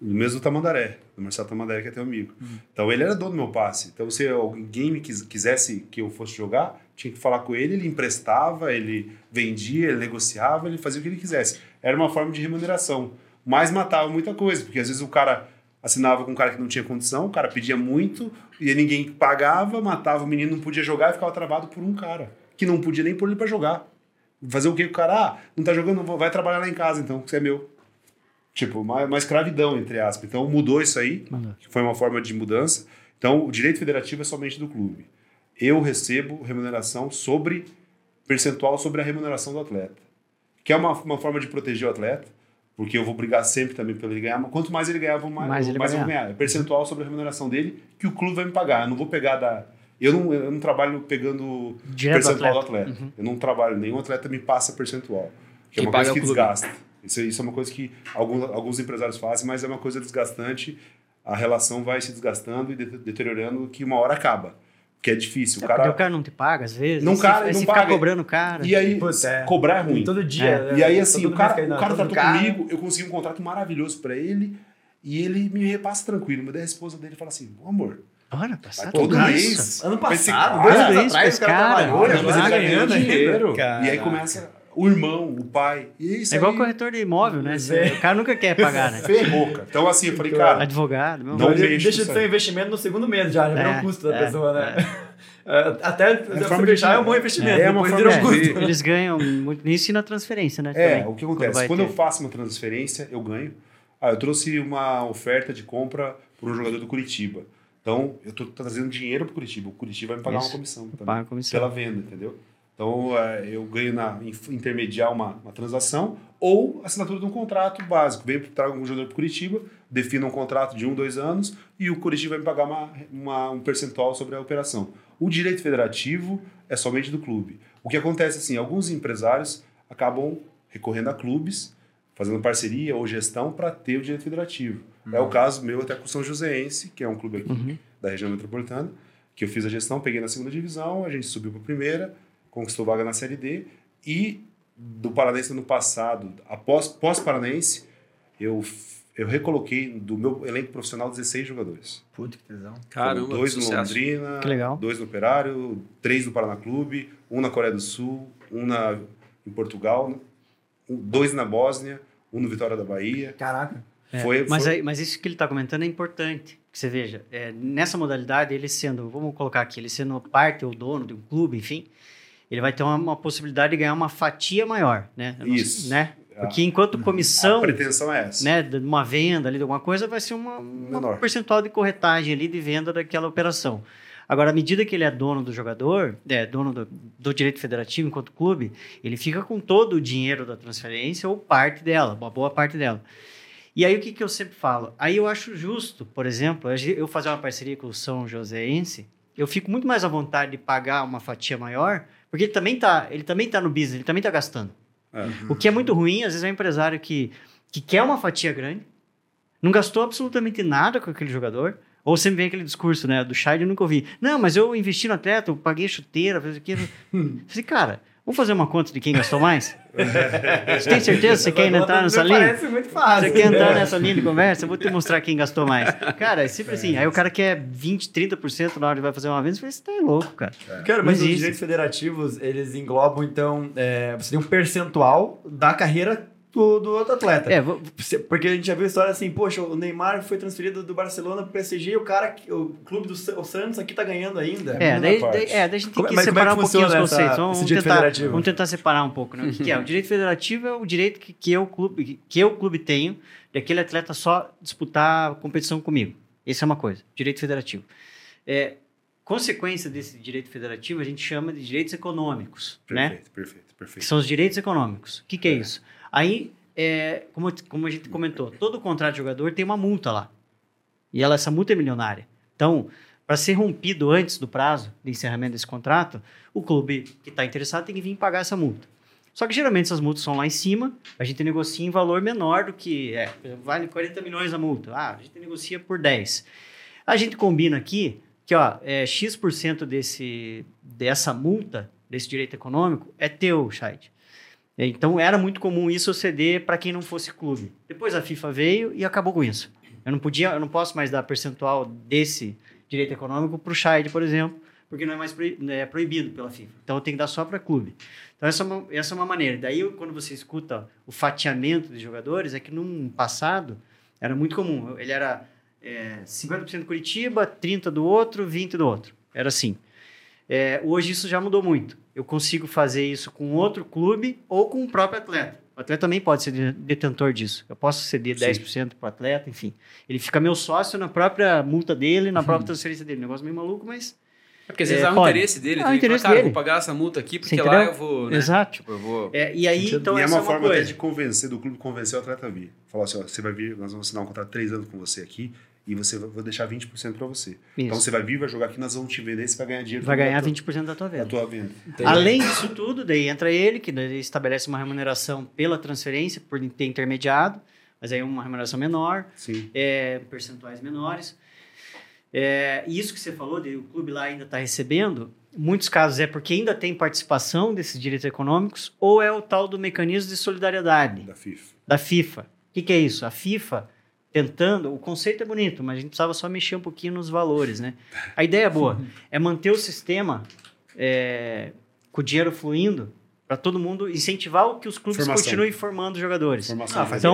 S3: Mesmo do Tamandaré, do Marcelo Tamandaré, que é teu amigo. Então ele era dono do meu passe. Então se alguém me quisesse que eu fosse jogar, tinha que falar com ele, ele emprestava, ele vendia, ele negociava, ele fazia o que ele quisesse. Era uma forma de remuneração. Mas matava muita coisa, porque às vezes o cara assinava com um cara que não tinha condição, o cara pedia muito, e ninguém pagava, matava o menino, não podia jogar e ficava travado por um cara, que não podia nem pôr ele pra jogar. Fazer o quê? O cara, não tá jogando, vai trabalhar lá em casa, então, que você é meu. Tipo, uma escravidão, entre aspas. Então, mudou isso aí, que foi uma forma de mudança. Então, o direito federativo é somente do clube. Eu recebo remuneração percentual sobre a remuneração do atleta. Que é uma forma de proteger o atleta, porque eu vou brigar sempre também para ele ganhar. Quanto mais ele ganhar, mais eu vou ganhar. É percentual sobre a remuneração dele que o clube vai me pagar. Eu não vou pegar Eu não trabalho pegando direto percentual do atleta. Eu não trabalho, nenhum atleta me passa percentual. Que é uma coisa que desgasta. Isso é uma coisa que alguns empresários fazem, mas é uma coisa desgastante. A relação vai se desgastando e deteriorando, que uma hora acaba. Que é difícil.
S4: Porque o cara não te paga, às vezes.
S3: Não paga.
S4: Ficar cobrando o cara.
S3: E aí, cobrar é ruim.
S1: Todo dia.
S3: E aí, assim, o cara tratou comigo, eu consegui um contrato maravilhoso pra ele, e ele me repassa tranquilo. Mas daí a esposa dele fala assim, amor...
S4: Olha, passado
S3: todo mês.
S1: Ano passado,
S4: 2 anos atrás, o cara trabalhou,
S3: mas ele tá ganhando dinheiro.
S1: Cara.
S3: E aí começa o irmão, o pai. E isso
S4: igual corretor de imóvel, né? O cara nunca quer pagar, né?
S3: Ferrou, cara. Então, assim, eu falei, cara...
S4: Advogado.
S3: Não
S1: deixa de ser um investimento no segundo mês já é o custo da pessoa, né? Até você fechar é um bom investimento.
S3: É uma forma
S4: de... Eles ganham muito nisso e na transferência, né?
S3: Também, o que acontece? Quando eu faço uma transferência, eu ganho. Eu trouxe uma oferta de compra por um jogador do Curitiba. Então, eu estou trazendo dinheiro para o Curitiba. O Curitiba vai me pagar uma comissão também, pela venda, entendeu? Então, eu ganho intermediar uma transação ou assinatura de um contrato básico. Trago um jogador para o Curitiba, defino um contrato de 1-2 anos e o Curitiba vai me pagar um percentual sobre a operação. O direito federativo é somente do clube. O que acontece assim, alguns empresários acabam recorrendo a clubes, fazendo parceria ou gestão para ter o direito federativo. É o caso meu até com o São Joséense, que é um clube aqui da região metropolitana, que eu fiz a gestão, peguei na segunda divisão, a gente subiu para a primeira, conquistou vaga na Série D, e do Paranense ano passado, pós-Paranense, eu recoloquei do meu elenco profissional 16 jogadores.
S1: Puta que tesão.
S2: Caramba,
S3: 2 no Londrina, 2 no Operário, 3 no Paraná Clube, 1 na Coreia do Sul, 1 em Portugal, 2 na Bósnia, 1 no Vitória da Bahia.
S1: Caraca.
S4: Mas isso que ele está comentando é importante. Que você veja, nessa modalidade, ele sendo parte ou dono de um clube, enfim, ele vai ter uma possibilidade de ganhar uma fatia maior, né?
S3: Isso.
S4: Né? Porque enquanto comissão...
S3: A pretensão é essa.
S4: Né, de uma venda ali, de alguma coisa, vai ser uma percentual de corretagem ali, de venda daquela operação. Agora, à medida que ele é dono do jogador, dono do direito federativo enquanto clube, ele fica com todo o dinheiro da transferência ou parte dela, uma boa parte dela. E aí, o que eu sempre falo? Aí eu acho justo, por exemplo, eu fazer uma parceria com o São Joséense, eu fico muito mais à vontade de pagar uma fatia maior, porque ele também tá no business, ele também está gastando. O que é muito ruim, às vezes é um empresário que quer uma fatia grande, não gastou absolutamente nada com aquele jogador, ou sempre vem aquele discurso, né, do Scheid, eu nunca ouvi. Não, mas eu investi no atleta, eu paguei chuteira, fiz aquilo. Falei, cara, vamos fazer uma conta de quem gastou mais? Você tem certeza que você quer entrar nessa linha?
S1: Parece muito fácil.
S4: Você quer entrar nessa linha de conversa? Eu vou te mostrar quem gastou mais. Cara, é sempre assim. Aí o cara quer 20%, 30% na hora que vai fazer uma venda. Você fala, você tá louco, cara.
S1: Cara, mas os direitos federativos, eles englobam, então, você tem um percentual da carreira do outro atleta. Porque a gente já viu a história assim, poxa, o Neymar foi transferido do Barcelona pro PSG e o clube do Santos aqui tá ganhando ainda.
S4: Daí a gente tem que separar um pouquinho os conceitos. Vamos tentar separar um pouco, né? O que é? O direito federativo é o direito que eu, clube, tenho de aquele atleta só disputar a competição comigo. Essa é uma coisa, direito federativo. Consequência desse direito federativo, a gente chama de direitos econômicos.
S3: Perfeito.
S4: Que são os direitos econômicos. O que é isso? Aí, como a gente comentou, todo contrato de jogador tem uma multa lá. E essa multa é milionária. Então, para ser rompido antes do prazo de encerramento desse contrato, o clube que está interessado tem que vir pagar essa multa. Só que geralmente essas multas são lá em cima, a gente negocia em valor menor do que... vale 40 milhões a multa. A gente negocia por 10. A gente combina aqui que X% dessa multa, desse direito econômico, é teu, Scheid. Então, era muito comum isso eu ceder para quem não fosse clube. Depois a FIFA veio e acabou com isso. Eu não posso mais dar percentual desse direito econômico para o Scheid, por exemplo, porque não é mais proibido pela FIFA. Então, eu tenho que dar só para clube. Então, essa é uma maneira. Daí, quando você escuta o fatiamento de jogadores, é que no passado era muito comum. Ele era 50% Curitiba, 30% do outro, 20% do outro. Era assim. Hoje isso já mudou muito. Eu consigo fazer isso com outro clube ou com o próprio atleta. O atleta também pode ser detentor disso. Eu posso ceder 10% para o atleta, enfim. Ele fica meu sócio na própria multa dele, na própria transferência dele. Negócio meio maluco, mas...
S2: Porque às vezes há o interesse dele.
S4: O interesse
S2: fala,
S4: dele.
S2: Eu vou pagar essa multa aqui, porque lá eu vou... Né?
S4: Exato.
S2: Tipo, eu vou...
S4: E aí, então,
S3: e
S4: essa
S3: é uma forma
S4: coisa.
S3: até de convencer, do clube convencer o atleta a vir. Falar assim, ó, você vai vir, nós vamos assinar um contrato de 3 anos com você aqui, e vou deixar 20% para você. Isso. Então você vai vir, vai jogar aqui, nós vamos te vender, você vai ganhar dinheiro.
S4: Vai ganhar 20% da tua venda.
S3: Da tua venda.
S4: Além disso tudo, daí entra ele, que daí estabelece uma remuneração pela transferência, por ter intermediado, mas aí é uma remuneração menor, percentuais menores. Isso que você falou, o clube lá ainda está recebendo, em muitos casos é porque ainda tem participação desses direitos econômicos, ou é o tal do mecanismo de solidariedade da FIFA. O que é isso? A FIFA... o conceito é bonito, mas a gente precisava só mexer um pouquinho nos valores, né? A ideia é boa, é manter o sistema com o dinheiro fluindo para todo mundo, incentivar que os clubes continuem formando jogadores. Então,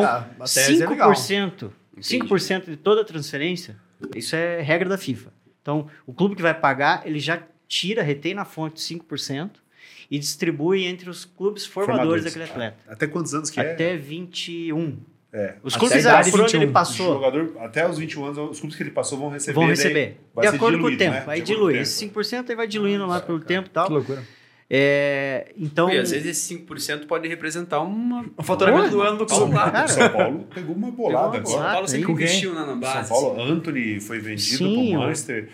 S4: 5% de toda a transferência, isso é regra da FIFA. Então, o clube que vai pagar, ele já retém na fonte 5% e distribui entre os clubes formadores daquele atleta.
S3: Até quantos anos que
S4: Até 21.
S3: Os
S4: clubes por onde ele passou.
S3: O jogador, até os 21 anos, os clubes que ele passou vão receber.
S4: De acordo com o tempo.
S3: Né?
S4: Aí dilui. Esse 5% aí vai diluindo lá pelo tempo e tal.
S1: Que loucura.
S4: Então...
S2: E às vezes esse 5% pode representar um
S1: faturamento do ano do clube.
S3: O São Paulo pegou uma bolada.
S2: O São Paulo sempre investiu na base.
S3: São Paulo, Anthony foi vendido para o Manchester.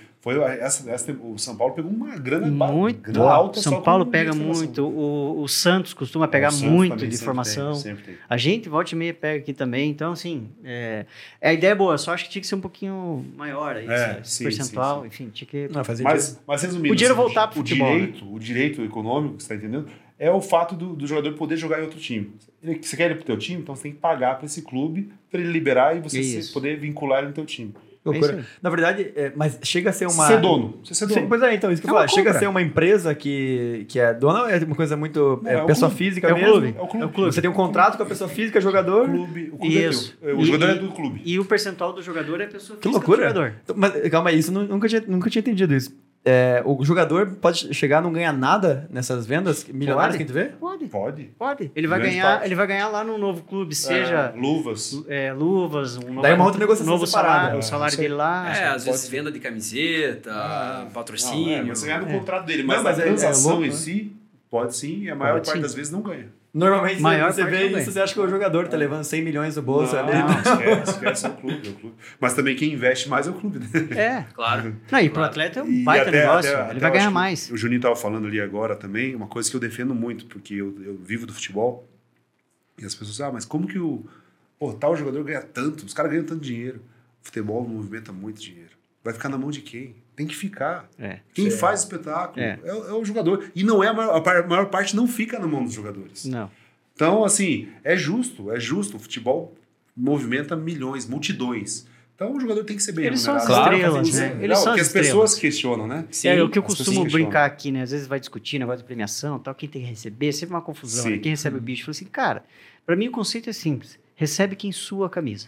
S3: O São Paulo pegou uma grana
S4: muito
S3: alta.
S4: São Paulo pega muito. O Santos costuma pegar muito de formação.
S3: Sempre tem.
S4: A gente, volta e meia, pega aqui também. Então, assim, a ideia é boa. Só acho que tinha que ser um pouquinho maior aí, esse percentual. Sim. Enfim, tinha que...
S3: Mas resumindo,
S4: o dinheiro voltar para o futebol.
S3: O direito econômico, você está entendendo? É o fato do jogador poder jogar em outro time. Você quer ele para o teu time, então você tem que pagar para esse clube para ele liberar e você poder vincular ele no teu time.
S1: Loucura. Na verdade, mas chega a ser uma...
S3: Ser dono. Você ser dono.
S1: Pois então, isso que eu falar. Chega a ser uma empresa que é dona, é uma coisa muito... pessoa física mesmo.
S3: É o clube.
S1: Você tem um contrato com a pessoa física, jogador...
S3: O clube o jogador é do clube.
S4: E o percentual do jogador é a pessoa física.
S1: Que loucura.
S4: Do jogador.
S1: Mas, calma aí, isso nunca tinha entendido isso. O jogador pode chegar a não ganhar nada nessas vendas milionárias que a gente vê?
S3: Pode.
S4: Ele vai ganhar lá no novo clube, seja...
S3: Luvas.
S4: Luvas,
S1: Daí uma outra negociação
S4: novo
S1: separada.
S4: Salário, o salário dele lá.
S2: Às vezes venda de camiseta, patrocínio.
S3: Você ganha no contrato dele, mas a transação em si, pode sim, e a maior parte das vezes não ganha.
S1: Normalmente você vê isso, você acha que o jogador tá levando 100 milhões do bolso.
S3: Esquece, é o clube. Mas também quem investe mais é o clube, né?
S2: Claro.
S4: E pro atleta é um baita negócio, ele vai ganhar mais.
S3: O Juninho tava falando ali agora também, uma coisa que eu defendo muito, porque eu vivo do futebol, e as pessoas, mas como que tal jogador ganha tanto? Os caras ganham tanto dinheiro. O futebol movimenta muito dinheiro. Vai ficar na mão de quem? Tem que ficar. Quem faz o espetáculo é o jogador. E não é a maior parte não fica na mão dos jogadores.
S4: Não.
S3: Então, assim, é justo. O futebol movimenta milhões, multidões. Então, o jogador tem que ser bem remunerado.
S4: Eles são as estrelas, né? Eles são
S3: as pessoas questionam, né?
S4: Sim, o que eu costumo brincar aqui, né? Às vezes vai discutir negócio de premiação, tal, quem tem que receber, sempre uma confusão. Né? Quem recebe o bicho? Eu falo assim, cara, pra mim o conceito é simples. Recebe quem sua a camisa.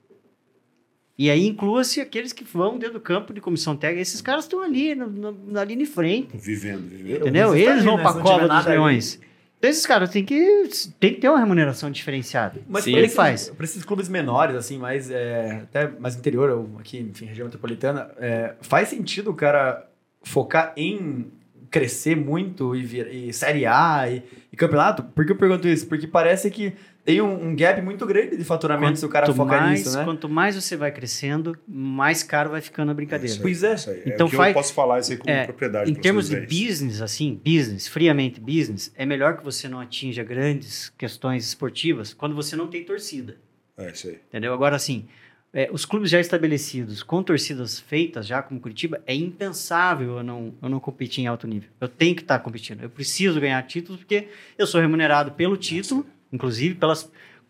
S4: E aí inclua-se aqueles que vão dentro do campo de comissão técnica. Esses caras estão ali, na linha de frente.
S3: Vivendo.
S4: Entendeu? Eles vão para a cova dos leões. Então esses caras têm que ter uma remuneração diferenciada.
S1: Mas
S4: ele faz.
S1: Para esses clubes menores, assim, até mais interior, ou aqui, enfim, região metropolitana, faz sentido o cara focar em crescer muito e Série A e campeonato? Por que eu pergunto isso? Porque parece que tem um gap muito grande de faturamento se o cara focar nisso, né?
S4: Quanto mais você vai crescendo, mais caro vai ficando a brincadeira.
S1: Pois é.
S4: Então,
S3: eu posso falar isso aí com propriedade.
S4: Em termos de business, friamente business, é melhor que você não atinja grandes questões esportivas quando você não tem torcida.
S3: Isso aí.
S4: Entendeu? Agora, assim, os clubes já estabelecidos, com torcidas feitas já, como Curitiba, é impensável eu não competir em alto nível. Eu tenho que estar competindo. Eu preciso ganhar títulos porque eu sou remunerado pelo título, inclusive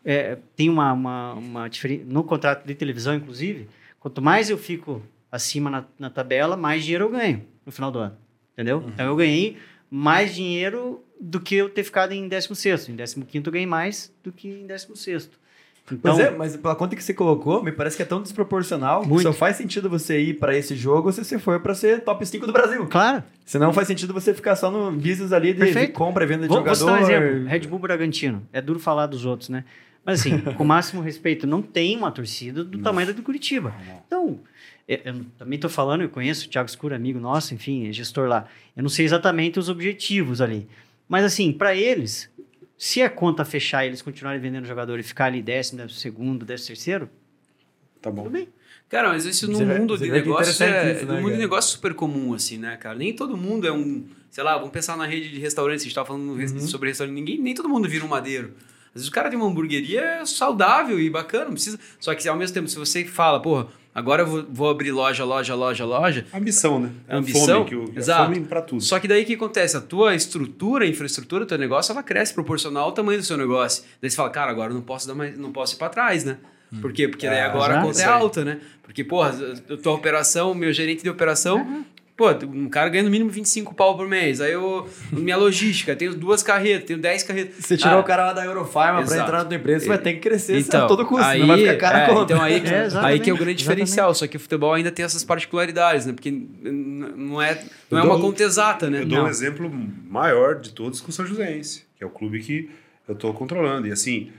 S4: tem uma diferença, no contrato de televisão, inclusive, quanto mais eu fico acima na tabela, mais dinheiro eu ganho no final do ano, entendeu? Então eu ganhei mais dinheiro do que eu ter ficado em 16º. Em 15º eu ganhei mais do que em 16º. Então,
S1: mas pela conta que você colocou, me parece que é tão desproporcional que só faz sentido você ir para esse jogo se você for para ser top 5 do Brasil.
S4: Claro.
S1: Senão faz sentido você ficar só no business ali de compra e venda de jogador.
S4: Vou citar um exemplo. Red Bull Bragantino. É duro falar dos outros, né? Mas assim, com o máximo respeito, não tem uma torcida do tamanho da do Curitiba. Então, eu também estou falando, eu conheço o Thiago Escura, amigo nosso, enfim, é gestor lá. Eu não sei exatamente os objetivos ali. Mas assim, para eles, se a conta fechar e eles continuarem vendendo jogador e ficar ali 10º, 12º, 13º,
S3: tá bom.
S4: Tudo bem.
S2: Cara, mas isso no mundo de negócio negócio super comum, assim, né, cara? Nem todo mundo é sei lá, vamos pensar na rede de restaurantes, a gente tava falando sobre restaurante, nem todo mundo vira um Madeiro. Às vezes o cara tem uma hamburgueria saudável e bacana, não precisa... Só que ao mesmo tempo, se você fala, porra, agora eu vou abrir loja...
S3: Ambição, né?
S2: É ambição,
S3: exato. Fome pra tudo.
S2: Só que daí o que acontece? A tua estrutura, a infraestrutura do teu negócio, ela cresce proporcional ao tamanho do seu negócio. Daí você fala, cara, agora eu não posso ir pra trás, né? Por quê? Porque daí agora a conta é alta, né? Porque, porra, a tua operação, meu gerente de operação... Pô, um cara ganha no mínimo 25 pau por mês. Aí minha logística, tenho 2 carretas, tenho 10 carretas.
S1: Você tirou o cara lá da Eurofarma pra entrar na tua empresa, você vai ter que crescer a todo custo,
S2: aí,
S1: não vai ficar cara a conta.
S2: Então aí que é o grande diferencial. Só que o futebol ainda tem essas particularidades, né? Porque não é uma conta exata, né?
S3: Eu dou um exemplo maior de todos com o São Joséense, que é o clube que eu tô controlando. E assim,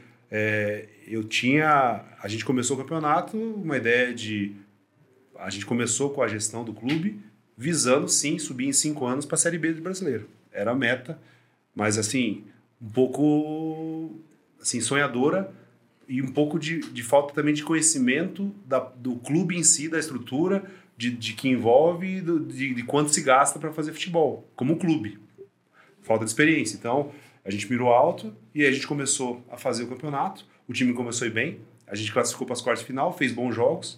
S3: a gente começou o campeonato, uma ideia de... A gente começou com a gestão do clube, visando, sim, subir em 5 anos para a Série B do Brasileiro. Era a meta, mas, assim, um pouco assim, sonhadora e um pouco de falta também de conhecimento do clube em si, da estrutura, de que envolve, de quanto se gasta para fazer futebol, como clube. Falta de experiência. Então, a gente mirou alto e aí a gente começou a fazer o campeonato. O time começou a ir bem. A gente classificou para as quartas de final, fez bons jogos.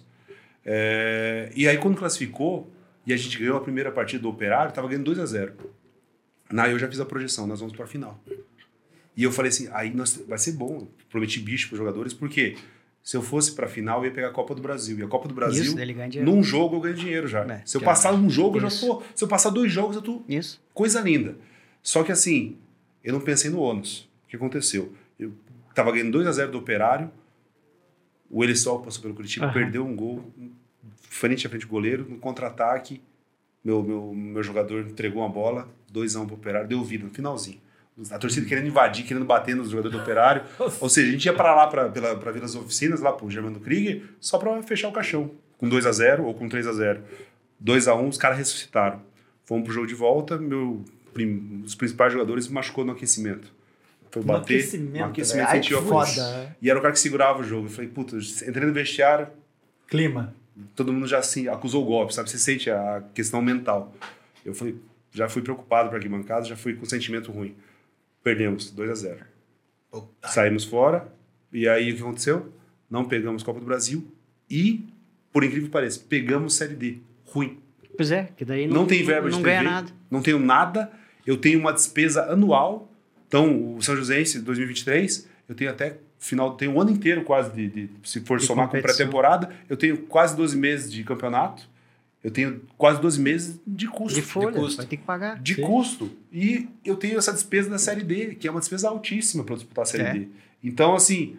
S3: E aí, quando classificou, e a gente ganhou a primeira partida do Operário, estava ganhando 2-0. Eu já fiz a projeção, nós vamos para a final. E eu falei assim, aí vai ser bom. Prometi bicho para os jogadores, porque se eu fosse para a final, eu ia pegar a Copa do Brasil. E a Copa do Brasil, num jogo, eu ganho dinheiro já. Se eu passar um jogo, eu já tô... Se eu passar 2 jogos, eu tô...
S4: Isso.
S3: Coisa linda. Só que assim, eu não pensei no ônus. O que aconteceu? Eu estava ganhando 2-0 do Operário, o Elisol passou pelo Curitiba, perdeu um gol... frente a frente do goleiro, no contra-ataque, meu jogador entregou uma bola, 2-1 pro Operário, deu vida no finalzinho. A torcida querendo invadir, querendo bater nos jogadores do Operário. Ou seja, a gente ia para lá, para ver as oficinas, lá pro Germano Krieger, só para fechar o caixão. Com 2-0 ou com 3-0. 2-1, os caras ressuscitaram. Fomos pro jogo de volta, os principais jogadores me machucou no aquecimento. Foi bater, no aquecimento sentiu a força. E era o cara que segurava o jogo. Eu falei, puta, entrei no vestiário.
S1: Clima.
S3: Todo mundo já assim, acusou o golpe, sabe? Você sente a questão mental. Eu falei, já fui preocupado para arquibancada, já fui com sentimento ruim. Perdemos, 2-0. Saímos fora, e aí o que aconteceu? Não pegamos Copa do Brasil e, por incrível que pareça, pegamos Série D. Ruim.
S4: Pois é, que daí
S3: não tem verba de TV,
S4: ganha nada.
S3: Não tenho nada, eu tenho uma despesa anual. Então, o São Joséense, 2023, eu tenho até... tem um ano inteiro quase se for somar com pré-temporada, eu tenho quase 12 meses de campeonato, eu tenho quase 12 meses de custo.
S4: De folha, vai ter que pagar.
S3: De custo. E eu tenho essa despesa da Série D, que é uma despesa altíssima para disputar a Série D. Então, assim,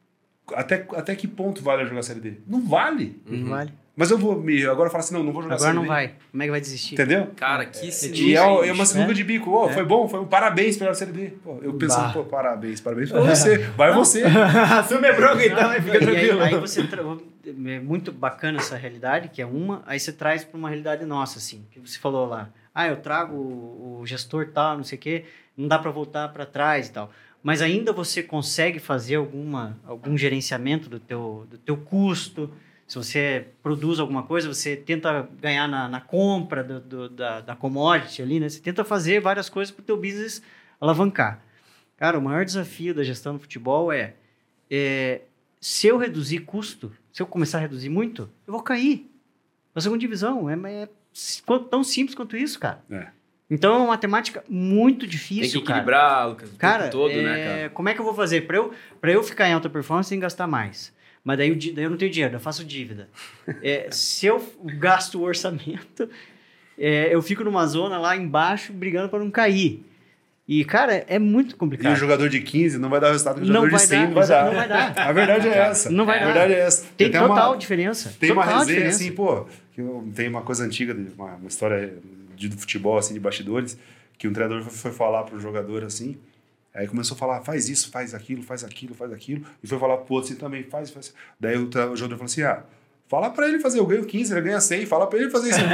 S3: até que ponto vale jogar a Série D? Não vale.
S4: Não vale.
S3: Mas eu agora eu falo assim, não vou jogar
S4: agora
S3: Série D.
S4: não vai. Como é que vai desistir?
S3: Entendeu?
S2: Cara, que
S3: E é uma sinuca de bico. Foi bom, foi um parabéns pela Série D. Eu pensando, parabéns pra você. Vai você.
S1: Assume a bronca então e fica tranquilo.
S4: Aí você... É muito bacana essa realidade, que é uma, aí você traz para uma realidade nossa, assim, que você falou lá, eu trago o gestor tal, não sei o quê, não dá para voltar para trás e tal. Mas ainda você consegue fazer algum gerenciamento do teu custo. Se você produz alguma coisa, você tenta ganhar na compra da commodity ali, né? Você tenta fazer várias coisas para o teu business alavancar. Cara, o maior desafio da gestão do futebol é se eu reduzir custo, se eu começar a reduzir muito, eu vou cair. Na segunda divisão, é tão simples quanto isso, cara. Então é uma matemática muito difícil,
S2: Tem que equilibrar, Lucas, o tempo todo, né, cara?
S4: Como é que eu vou fazer? Pra eu ficar em alta performance, tem que gastar mais. Mas daí eu não tenho dinheiro, eu faço dívida. Se eu gasto o orçamento, eu fico numa zona lá embaixo brigando para não cair. E, cara, é muito complicado.
S3: E o jogador de 15 não vai dar o resultado que o jogador de 100 não vai dar.
S4: Não vai dar.
S3: A verdade é essa.
S4: Não vai dar.
S3: A verdade é essa.
S4: Tem total diferença.
S3: Tem uma resenha assim, pô, que tem uma coisa antiga, uma história do futebol, assim, de bastidores, que um treinador foi falar pro jogador assim, aí começou a falar, faz isso, faz aquilo, e foi falar pro outro assim também, faz. Daí o jogador falou assim, fala pra ele fazer, eu ganho 15, ele ganha 100, fala pra ele fazer isso.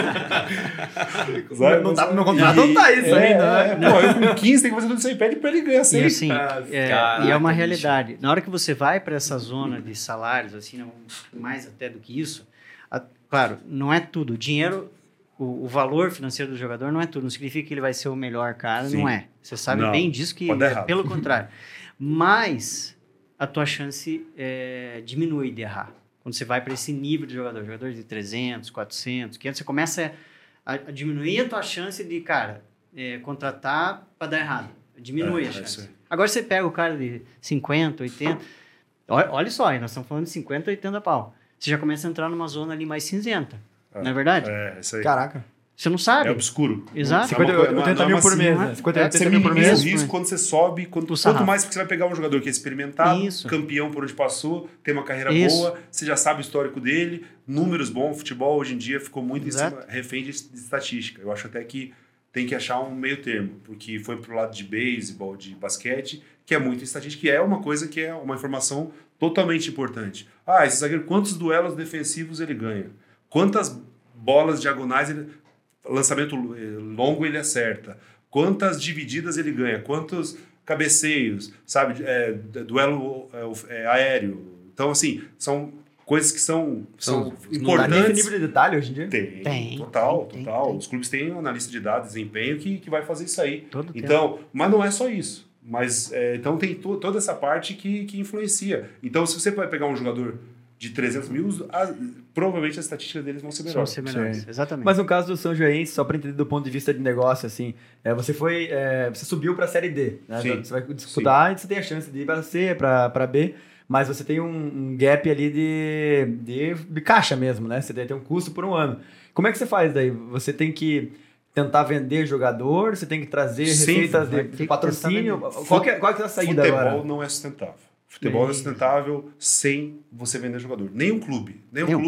S1: Não tá no meu contrato, não tá isso ainda, né?
S3: Pô, eu com 15 tenho que fazer tudo isso aí, pede pra ele ganhar 100.
S4: E assim, e é uma realidade. Na hora que você vai para essa zona de salários, assim, não, mais até do que isso, claro, não é tudo. O dinheiro, o valor financeiro do jogador não é tudo. Não significa que ele vai ser o melhor cara, não é. Você sabe bem disso, que pelo contrário. Mas a tua chance diminui de errar. Quando você vai para esse nível de jogador de 300, 400, 500, você começa a diminuir a tua chance de, cara, contratar para dar errado. Diminui a chance. Agora você pega o cara de 50, 80... Olha só, aí nós estamos falando de 50, 80 pau. Você já começa a entrar numa zona ali mais cinzenta. Não é verdade?
S3: Isso aí.
S1: Caraca.
S4: Você não sabe.
S3: É obscuro.
S4: Exato.
S1: 80 mil por mês, né? 80 mil por mês.
S3: Você minimiza o risco quando você sobe, quanto mais que você vai pegar um jogador que é experimentado, campeão por onde passou, tem uma carreira boa, você já sabe o histórico dele, números bons, futebol hoje em dia ficou muito em cima, refém de estatística. Eu acho até que tem que achar um meio termo, porque foi pro lado de beisebol, de basquete, que é muito estatística, que é uma coisa que é uma informação totalmente importante. Esse zagueiro, quantos duelos defensivos ele ganha? Quantas bolas diagonais lançamento longo ele acerta, quantas divididas ele ganha, quantos cabeceios, sabe, duelo aéreo. Então, assim, são coisas que são importantes.
S1: Tem nível de detalhe hoje em dia?
S3: Tem. Total. Os clubes têm um analista de dados, desempenho, que vai fazer isso aí.
S4: Então,
S3: mas não é só isso. Mas, então tem toda essa parte que influencia. Então, se você vai pegar um jogador de 300 mil, provavelmente as estatísticas deles vão ser melhores.
S4: Vão ser melhores, exatamente.
S1: Mas no caso do São Joense, só para entender do ponto de vista de negócio, assim, você subiu para a Série D, né?
S3: Sim.
S1: Você vai disputar e você tem a chance de ir para C, para B, mas você tem um gap ali de caixa mesmo, né? Você tem um custo por um ano. Como é que você faz daí? Você tem que tentar vender jogador, você tem que trazer receitas de patrocínio? Qual que é a saída agora?
S3: Futebol não é sustentável. Futebol é sustentável sem você vender jogador. Nenhum clube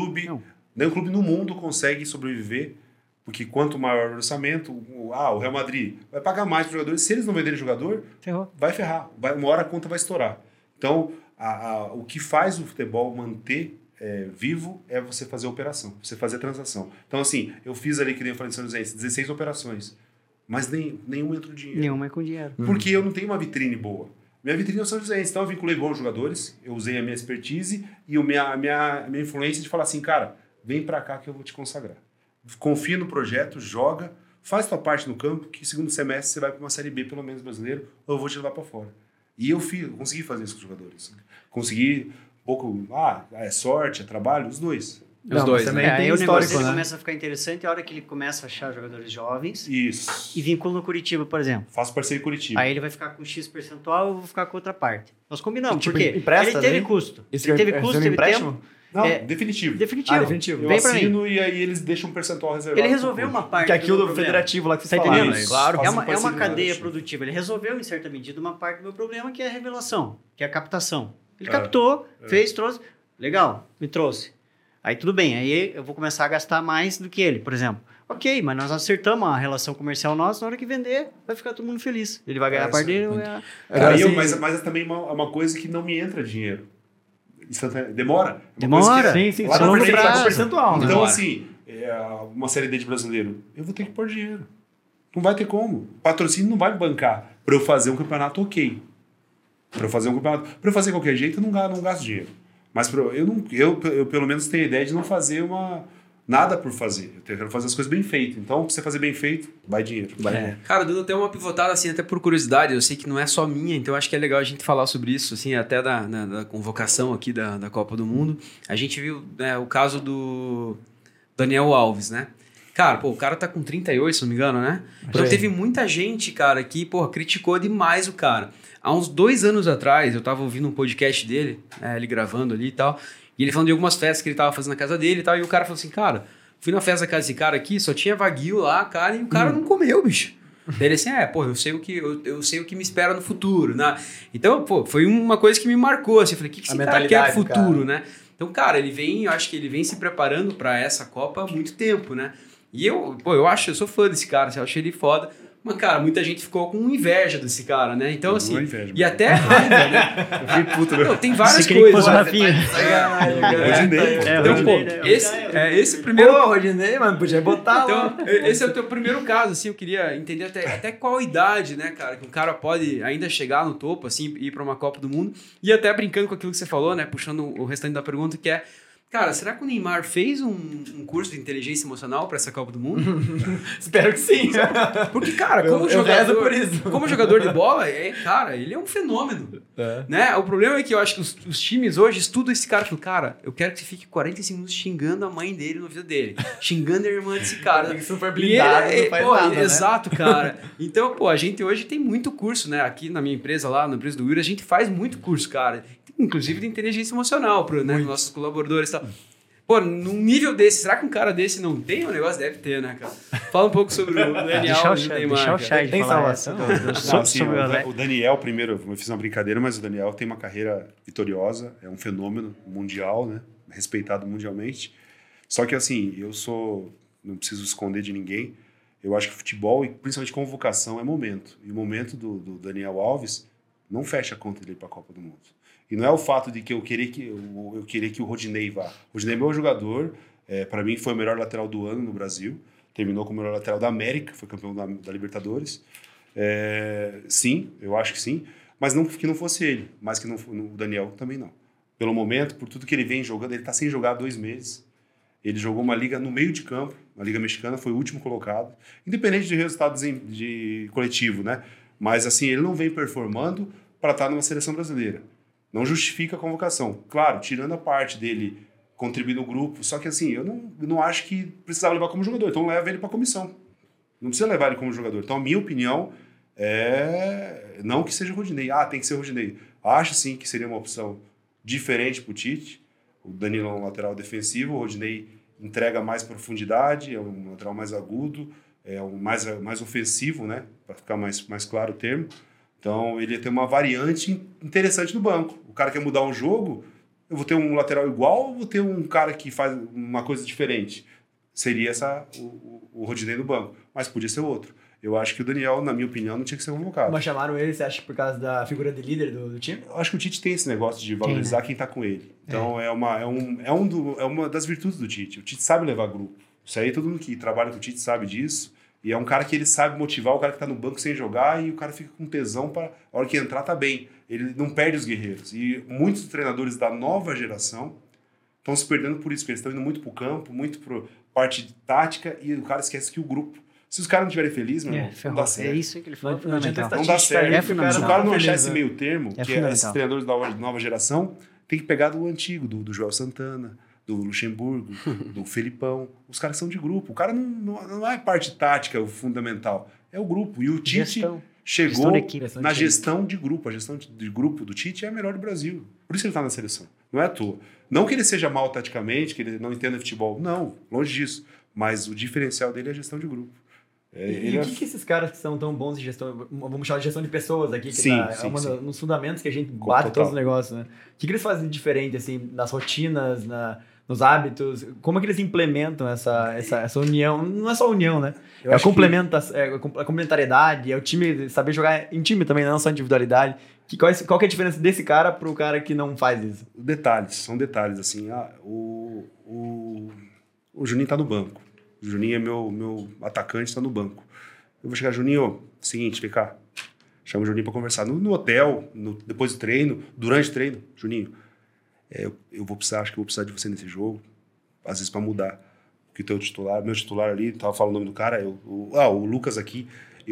S3: no mundo consegue sobreviver, porque quanto maior o orçamento, o Real Madrid vai pagar mais para os jogadores. Se eles não venderem jogador, vai ferrar. Uma hora a conta vai estourar. Então, o que faz o futebol manter vivo é você fazer operação, você fazer transação. Então, assim, eu fiz ali, que nem eu falei de São José, 16 operações, mas nenhuma entrou dinheiro.
S4: Nenhuma é com dinheiro.
S3: Porque eu não tenho uma vitrine boa. Minha vitrine é o São José, então eu vinculei bons jogadores, eu usei a minha expertise e a minha influência de falar assim, cara, vem pra cá que eu vou te consagrar. Confia no projeto, joga, faz tua parte no campo, que segundo semestre você vai pra uma Série B, pelo menos brasileiro, ou eu vou te levar pra fora. E eu consegui fazer isso com os jogadores. Consegui pouco, é sorte, é trabalho, os dois.
S2: Os dois,
S1: também
S2: né?
S1: tem
S4: o
S1: histórico,
S4: negócio
S1: né?
S4: começa a ficar interessante a hora que ele começa a achar jogadores jovens.
S3: Isso.
S4: E vincula no Curitiba, por exemplo.
S3: Faço parceria em Curitiba.
S4: Aí ele vai ficar com X percentual, eu vou ficar com outra parte. Nós combinamos,
S1: Tipo,
S4: porque
S1: empresta,
S4: ele teve
S1: né?
S4: custo.
S1: Isso
S4: Ele teve
S1: é
S4: custo,
S1: um
S4: teve
S1: empréstimo?
S4: tempo.
S3: Não, definitivo.
S4: Definitivo.
S3: Eu
S4: Vem pra mim.
S3: assino e aí eles deixam um percentual reservado.
S4: Ele resolveu uma parte
S1: Que é aquilo
S4: meu
S1: do
S4: problema.
S1: federativo lá que
S4: Tá
S1: vocês falaram.
S4: entendendo?
S1: Claro.
S3: Faz
S4: É
S3: um
S4: uma
S3: parceiro
S4: cadeia
S3: federativo.
S4: produtiva. Ele resolveu, em certa medida, uma parte do meu problema, que é a revelação, que é a captação. Ele captou, fez, trouxe. Legal, me trouxe. Aí tudo bem, aí eu vou começar a gastar mais do que ele, por exemplo. Ok, mas nós acertamos a relação comercial nossa, na hora que vender, vai ficar todo mundo feliz. Ele vai ganhar a parte dele, eu vou ganhar.
S1: Agora, assim,
S3: Mas é também uma coisa que não me entra dinheiro. Demora.
S4: Demora.
S1: Sim,
S3: Lá
S1: só
S3: na
S1: não
S3: frente,
S1: tem
S3: tá com
S1: percentual, né?
S3: Então,
S2: Demora.
S3: assim, uma Série D de brasileiro, eu vou ter que pôr dinheiro. Não vai ter como. O patrocínio não vai me bancar para eu fazer um campeonato ok. Para eu fazer qualquer jeito, eu não gasto dinheiro. Mas eu pelo menos tenho a ideia de não fazer nada por fazer. Eu quero fazer as coisas bem feitas. Então, pra você fazer bem feito, vai dinheiro.
S2: Cara, dando até uma pivotada, assim, até por curiosidade, eu sei que não é só minha, então acho que é legal a gente falar sobre isso, assim, até da convocação aqui da Copa do Mundo. A gente viu, né, o caso do Daniel Alves, né? Cara, o cara tá com 38, se não me engano, né? Então teve muita gente, cara, que, criticou demais o cara. Há uns 2 anos atrás, eu tava ouvindo um podcast dele, ele gravando ali e tal, e ele falando de algumas festas que ele tava fazendo na casa dele e tal, e o cara falou assim, cara, fui na festa da casa desse cara aqui, só tinha wagyu lá, cara, e o cara não comeu, bicho. Daí ele assim, eu sei o que me espera no futuro, né? Então, foi uma coisa que me marcou, assim, eu falei, o que esse cara quer no futuro, né? Então, cara, eu acho que ele vem se preparando para essa Copa há muito tempo, né? E eu sou fã desse cara, eu acho ele foda. Mas, cara, muita gente ficou com inveja desse cara, né? Então, assim...
S3: Inveja,
S2: e até raiva, né?
S3: Eu fiquei puto, né?
S2: Tem várias coisas.
S3: Rodinei,
S2: esse primeiro...
S1: Pô, Rodinei, mano, podia botar lá.
S2: Então, esse é o teu primeiro caso, assim, eu queria entender até qual idade, né, cara, que um cara pode ainda chegar no topo, assim, ir pra uma Copa do Mundo. E até brincando com aquilo que você falou, né, puxando o restante da pergunta, que é... Cara, será que o Neymar fez um curso de inteligência emocional para essa Copa do Mundo?
S1: Espero que sim.
S2: Porque, cara, como jogador de bola, cara, ele é um fenômeno. Né? O problema é que eu acho que os times hoje estudam esse cara. Falam, cara, eu quero que você fique 45 minutos xingando a mãe dele no vídeo dele. Xingando a irmã desse cara.
S1: Super blindado, não faz nada, né?
S2: Exato, cara. Então, a gente hoje tem muito curso, né? Aqui na minha empresa, lá na empresa do Yuri, a gente faz muito curso, cara. Inclusive de inteligência emocional para nossos colaboradores e tal. Pô, num nível desse, será que um cara desse não tem? O negócio deve ter, né, cara? Fala um pouco sobre o Daniel e o Neymar.
S4: Deixa o Chay
S1: Tem salvação?
S3: O Daniel, primeiro, eu fiz uma brincadeira, mas o Daniel tem uma carreira vitoriosa, é um fenômeno mundial, né? Respeitado mundialmente. Só que, assim, não preciso esconder de ninguém, eu acho que futebol, e principalmente convocação, é momento. E o momento do Daniel Alves não fecha a conta dele para a Copa do Mundo. E não é o fato de que eu querer que o Rodinei vá. O Rodinei é meu jogador, para mim foi o melhor lateral do ano no Brasil, terminou como o melhor lateral da América, foi campeão da Libertadores. Sim, eu acho que sim, mas não que não fosse ele, mas que o Daniel também não. Pelo momento, por tudo que ele vem jogando, ele está sem jogar há 2 meses. Ele jogou uma liga no meio de campo, uma liga mexicana, foi o último colocado, independente de resultados de coletivo, né? Mas assim, ele não vem performando para estar numa seleção brasileira. Não justifica a convocação. Claro, tirando a parte dele contribuir no grupo, só que assim, eu não acho que precisava levar como jogador, então leva ele para a comissão. Não precisa levar ele como jogador. Então, a minha opinião é não que seja o Rodinei. Tem que ser o Rodinei. Acho sim que seria uma opção diferente para o Tite. O Danilo é um lateral defensivo, o Rodinei entrega mais profundidade, é um lateral mais agudo, é um mais ofensivo, né? Para ficar mais claro o termo. Então, ele ia ter uma variante interessante no banco. O cara quer mudar um jogo, eu vou ter um lateral igual ou vou ter um cara que faz uma coisa diferente? Seria o Rodinei no banco, mas podia ser outro. Eu acho que o Daniel, na minha opinião, não tinha que ser convocado.
S1: Mas chamaram ele, você acha que por causa da figura de líder do time?
S3: Eu acho que o Tite tem esse negócio de valorizar quem está com ele. Então, é uma das virtudes do Tite. O Tite sabe levar grupo. Isso aí, todo mundo que trabalha com o Tite sabe disso. E é um cara que ele sabe motivar o cara que está no banco sem jogar e o cara fica com tesão para a hora que entrar tá bem. Ele não perde os guerreiros. E muitos treinadores da nova geração estão se perdendo por isso, porque eles estão indo muito para o campo, muito para parte de tática e o cara esquece que o grupo... Se os caras não estiverem felizes, meu irmão, não dá certo.
S4: É isso que ele falou.
S3: Não dá certo. Se o cara não achar esse meio termo, que esses treinadores da nova geração, tem que pegar do antigo, do Joel Santana, do Luxemburgo, do Felipão. Os caras são de grupo. O cara não é parte tática o fundamental, é o grupo. E o Tite chegou na gestão de grupo. A gestão de grupo do Tite é a melhor do Brasil. Por isso ele está na seleção. Não é à toa. Não que ele seja mal taticamente, que ele não entenda futebol. Não, longe disso. Mas o diferencial dele é a gestão de grupo.
S1: E o que esses caras que são tão bons em gestão, vamos chamar de gestão de pessoas aqui, que é um dos fundamentos que a gente bate todos os negócios, né? O que eles fazem de diferente, assim, nas rotinas, nos hábitos? Como é que eles implementam essa união? Não é só união, né? É a complementariedade, é o time saber jogar em time também, não só individualidade. Qual que é a diferença desse cara pro cara que não faz isso?
S3: São detalhes, assim. O Juninho tá no banco. O Juninho é meu atacante, está no banco. Eu vou chegar, Juninho, seguinte, vem cá. Chama o Juninho para conversar. No hotel, depois do treino, durante o treino. Juninho, eu vou precisar, acho que eu vou precisar de você nesse jogo. Às vezes para mudar. Porque meu titular ali, tava falando o nome do cara, o Lucas aqui,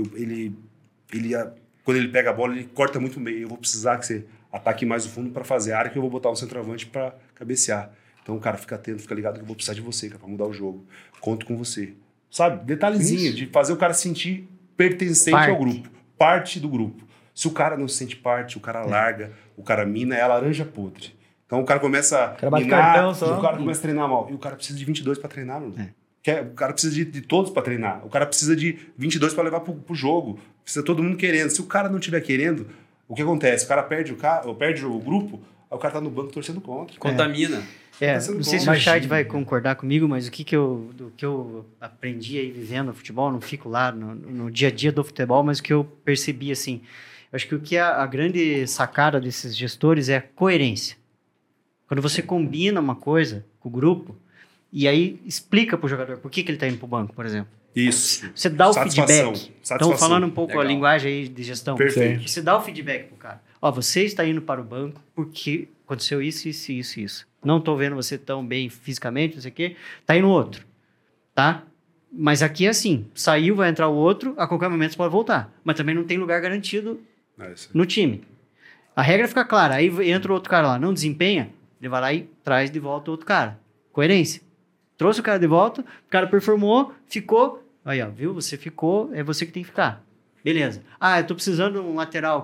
S3: quando ele pega a bola, ele corta muito meio. Eu vou precisar que você ataque mais o fundo para fazer a área, que eu vou botar um centroavante para cabecear. Então, cara, fica atento, fica ligado que eu vou precisar de você, cara, pra mudar o jogo. Conto com você. sabe? Detalhezinho, de fazer o cara se sentir pertencente ao grupo, parte do grupo. Se o cara não se sente parte, o cara larga, o cara mina, é a laranja podre. Então o cara começa a minar, o cara começa a treinar mal. E o cara precisa de 22 para treinar, meu irmão. O cara precisa de todos para treinar. O cara precisa de 22 para levar pro jogo. Precisa todo mundo querendo. Se o cara não estiver querendo, o que acontece? O cara perde o grupo, aí o cara tá no banco torcendo contra.
S2: Contamina.
S4: Não sei se o Chad vai concordar comigo, mas do que eu aprendi aí vivendo futebol, não fico lá no dia a dia do futebol, mas o que eu percebi, assim, eu acho que o que é a grande sacada desses gestores é a coerência. Quando você combina uma coisa com o grupo, e aí explica pro jogador por que ele tá indo pro banco, por exemplo.
S3: Isso.
S4: Você dá o feedback. Então, falando um pouco a linguagem aí de gestão.
S3: Perfeito.
S4: Você dá o feedback pro cara. Você está indo para o banco porque aconteceu isso, isso, isso, isso. Não tô vendo você tão bem fisicamente, não sei o quê. Tá indo outro. Tá? Mas aqui é assim. Saiu, vai entrar o outro, a qualquer momento você pode voltar. Mas também não tem lugar garantido no time. A regra fica clara. Aí entra o outro cara lá, não desempenha, ele vai lá e traz de volta o outro cara. Coerência. Trouxe o cara de volta, o cara performou, ficou. Aí, ó, viu? Você ficou, é você que tem que ficar. Beleza. Eu tô precisando de um lateral,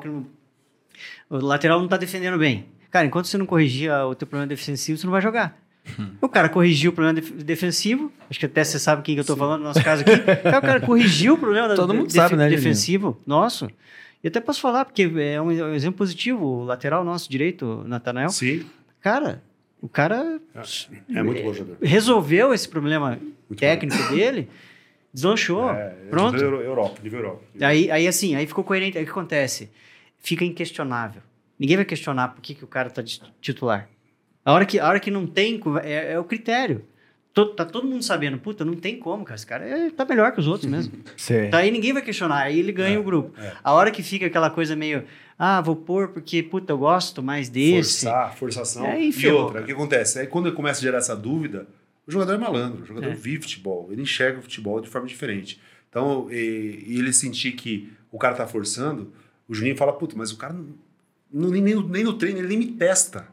S4: o lateral não tá defendendo bem. Cara, enquanto você não corrigir o teu problema defensivo, você não vai jogar. O cara corrigiu o problema defensivo, acho que até você sabe quem que eu tô falando no nosso caso aqui. O cara corrigiu o problema
S1: todo mundo sabe, né,
S4: defensivo nosso. E até posso falar, porque é um exemplo positivo, o lateral nosso direito, Natanael.
S3: Sim.
S4: Cara, o cara
S3: é muito bom jogador.
S4: Resolveu esse problema técnico dele, deslanchou, pronto.
S3: Nível Europa.
S4: Aí assim, aí ficou coerente. Aí o que acontece? Fica inquestionável. Ninguém vai questionar por que o cara tá de titular. A hora que não tem, é o critério. Tá todo mundo sabendo, puta, não tem como, cara. Esse cara tá melhor que os outros mesmo. Então aí ninguém vai questionar, aí ele ganha o grupo. A hora que fica aquela coisa meio, vou pôr porque, puta, eu gosto mais desse.
S3: Forçação. E outra, o que acontece? Aí quando começa a gerar essa dúvida, o jogador é malandro, o jogador vive futebol, ele enxerga o futebol de forma diferente. Então, e ele sentir que o cara tá forçando, o Juninho fala, puta, mas o cara nem no treino, ele nem me testa.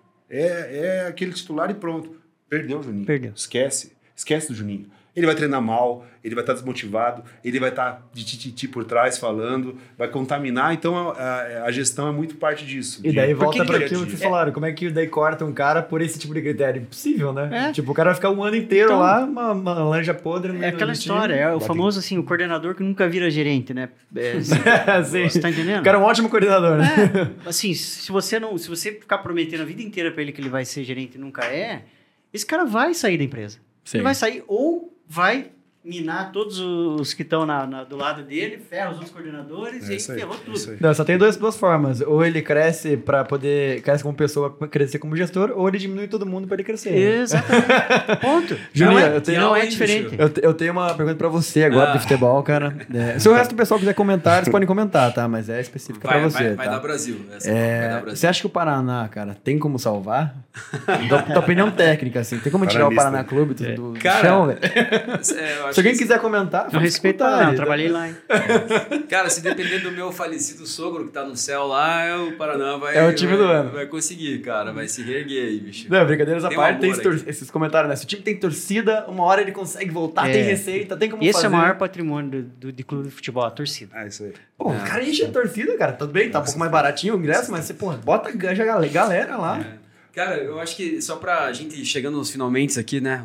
S3: É aquele titular e pronto. Perdeu o Juninho.
S4: Perdeu.
S3: Esquece do Juninho. Ele vai treinar mal, ele vai estar desmotivado, ele vai estar de tititi por trás falando, vai contaminar. Então a gestão é muito parte disso.
S1: E daí volta para aquilo que vocês falaram. Como é que daí corta um cara por esse tipo de critério? Impossível, né? Tipo, o cara vai ficar um ano inteiro lá, uma laranja podre.
S4: É aquela história, é o famoso assim, o coordenador que nunca vira gerente, né? Você tá entendendo?
S1: O cara é um ótimo coordenador, né?
S4: Assim, se você ficar prometendo a vida inteira para ele que ele vai ser gerente e nunca esse cara vai sair da empresa. Sim. Ele vai sair ou vai minar todos os que estão do lado dele, ferra os outros coordenadores e aí ferrou tudo.
S1: Não, só tem duas formas. Ou ele cresce para poder... Cresce como pessoa, crescer como gestor, ou ele diminui todo mundo para ele crescer.
S4: Exatamente. Ponto.
S1: Juninho,
S4: não é diferente.
S1: Eu tenho uma pergunta para você agora de futebol, cara. Se o resto do pessoal quiser comentar, eles podem comentar, tá? Mas é específica para você.
S2: Vai dar Brasil.
S1: Você acha que o Paraná, cara, tem como salvar? Tua opinião técnica, assim. Tem como tirar o Paraná Clube do chão, velho? Se alguém quiser comentar,
S4: eu respeito, trabalhei lá, hein?
S2: Cara, se depender do meu falecido sogro que tá no céu lá, o Paraná vai...
S1: É o time do ano.
S2: Vai conseguir, cara. Vai se reerguer aí, bicho.
S1: Não, brincadeiras à parte, tem esses comentários, né? Se o time tem torcida, uma hora ele consegue voltar, tem receita, tem como fazer.
S4: Esse é o maior patrimônio de clube de futebol, a torcida.
S3: Isso aí.
S1: Pô, o cara enche a torcida, cara. Tudo bem, tá um pouco mais baratinho o ingresso, mas você, bota a galera lá.
S2: Cara, eu acho que só pra gente chegando nos finalmente aqui, né?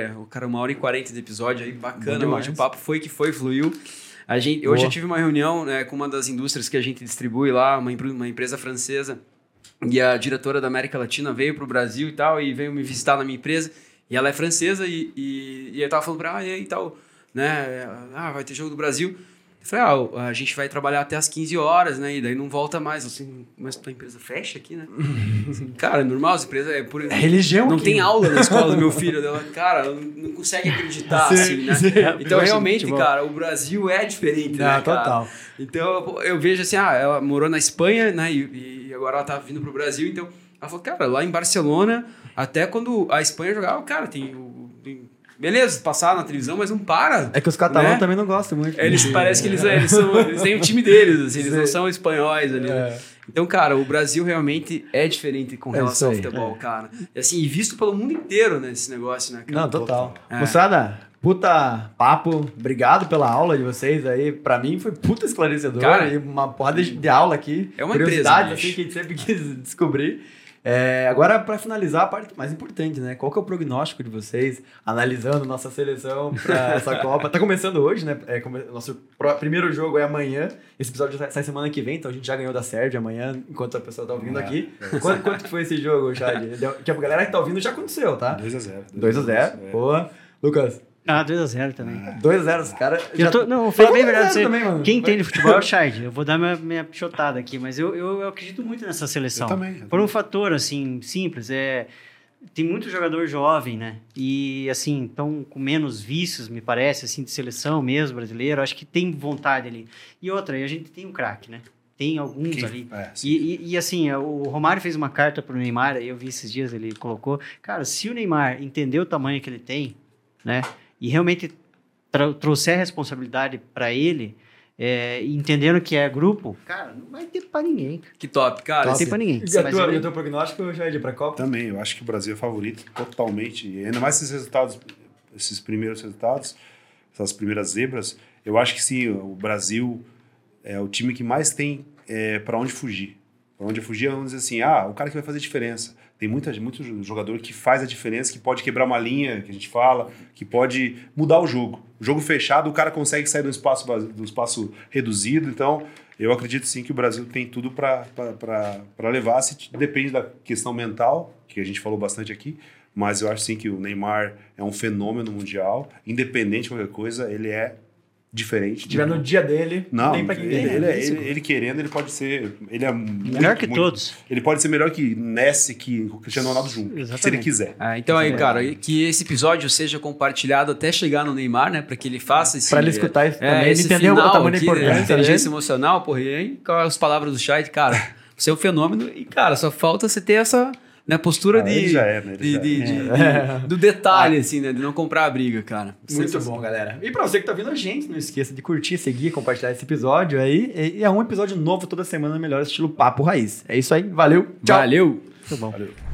S2: 1h40 de episódio aí, bacana. Hoje o papo fluiu. Hoje eu tive uma reunião, né, com uma das indústrias que a gente distribui lá, uma empresa francesa, e a diretora da América Latina veio pro Brasil e tal, e veio me visitar na minha empresa, e ela é francesa, e eu tava falando pra ela, e aí tal, né? Vai ter jogo do Brasil. Eu falei, a gente vai trabalhar até as 15 horas, né? E daí não volta mais. Assim, mas tua empresa fecha aqui, né? Assim, cara, é normal, essa empresa é por...
S1: religião.
S2: Não
S1: aqui.
S2: Tem aula na escola do meu filho. Ela, cara, não consegue acreditar, assim, né? Então, realmente, cara, o Brasil é diferente, né,
S1: total.
S2: Cara? Então, eu vejo assim, ela morou na Espanha, né? E agora ela tá vindo pro Brasil. Então, ela falou, cara, lá em Barcelona, até quando a Espanha jogava, cara, beleza, passar na televisão, mas não para.
S1: É que os catalães também não gostam muito.
S2: Parece que eles têm o time deles, assim, eles não são espanhóis ali. Né? Então, cara, o Brasil realmente é diferente com relação ao futebol, cara. E assim, visto pelo mundo inteiro, né, esse negócio, né?
S1: Não, total. Moçada, Puta papo, obrigado pela aula de vocês aí. Pra mim foi puta esclarecedor.
S2: Cara,
S1: e uma porrada de aula aqui.
S2: É uma
S1: curiosidade,
S2: empresa,
S1: assim, que a gente sempre quis descobrir. Agora, pra finalizar, a parte mais importante, né? Qual que é o prognóstico de vocês, analisando nossa seleção pra essa Copa? Tá começando hoje, né? Nosso primeiro jogo é amanhã. Esse episódio sai semana que vem, então a gente já ganhou da Sérvia amanhã, enquanto a pessoa tá ouvindo aqui. Quanto que foi esse jogo, Chad? Que a galera que tá ouvindo já aconteceu, tá?
S3: 2-0.
S1: 2-0. Boa. Lucas?
S4: 2-0 também.
S1: 2-0 os caras.
S4: Não, vou falar bem a verdade.
S1: Também, mano.
S4: Quem entende futebol é o Chad. Eu vou dar minha pichotada aqui, mas eu acredito muito nessa seleção.
S3: Eu também.
S4: Por um fator, assim, simples. Tem muito jogador jovem, né? E, assim, estão com menos vícios, me parece, assim, de seleção mesmo, brasileiro. Acho que tem vontade ali. E outra, a gente tem um craque, né? Tem alguns ali. E assim, o Romário fez uma carta pro Neymar, eu vi esses dias, ele colocou. Cara, se o Neymar entender o tamanho que ele tem, né? E realmente trouxer a responsabilidade para ele, entendendo que é grupo, cara, não vai ter para ninguém.
S2: Que top, cara.
S4: Não vai ter para ninguém.
S1: E o teu prognóstico, já é para a Copa?
S3: Também, eu acho que o Brasil é favorito totalmente. E ainda mais esses primeiros resultados, essas primeiras zebras, eu acho que sim, o Brasil é o time que mais tem para onde fugir. Para onde fugir, vamos dizer assim, o cara que vai fazer diferença. Tem muito jogador que faz a diferença, que pode quebrar uma linha, que a gente fala, que pode mudar o jogo. O jogo fechado, o cara consegue sair do espaço reduzido. Então, eu acredito sim que o Brasil tem tudo para levar. Depende da questão mental, que a gente falou bastante aqui, mas eu acho sim que o Neymar é um fenômeno mundial. Independente de qualquer coisa, ele é diferente.
S1: Se tiver no dia dele,
S3: não
S1: tem pra quem
S3: ele querendo, ele pode ser... Ele é
S4: melhor que todos.
S3: Ele pode ser melhor que Messi, que o Cristiano Ronaldo junto,
S4: exatamente,
S3: se ele quiser.
S2: Então aí, cara, que esse episódio seja compartilhado até chegar no Neymar, né? Pra que ele faça esse...
S1: Pra ele escutar isso também, ele entendeu o tamanho da importância.
S2: Inteligência emocional, porra, e aí, com as palavras do Chat, cara, você é um fenômeno e, cara, só falta você ter essa... né, postura do detalhe, assim, né? De não comprar a briga, cara.
S1: Muito bom, galera. E pra você que tá vendo a gente, não esqueça de curtir, seguir, compartilhar esse episódio aí. E é um episódio novo toda semana, melhor estilo Papo Raiz. É isso aí, valeu, tchau.
S2: Valeu.
S4: Muito bom.
S3: Valeu.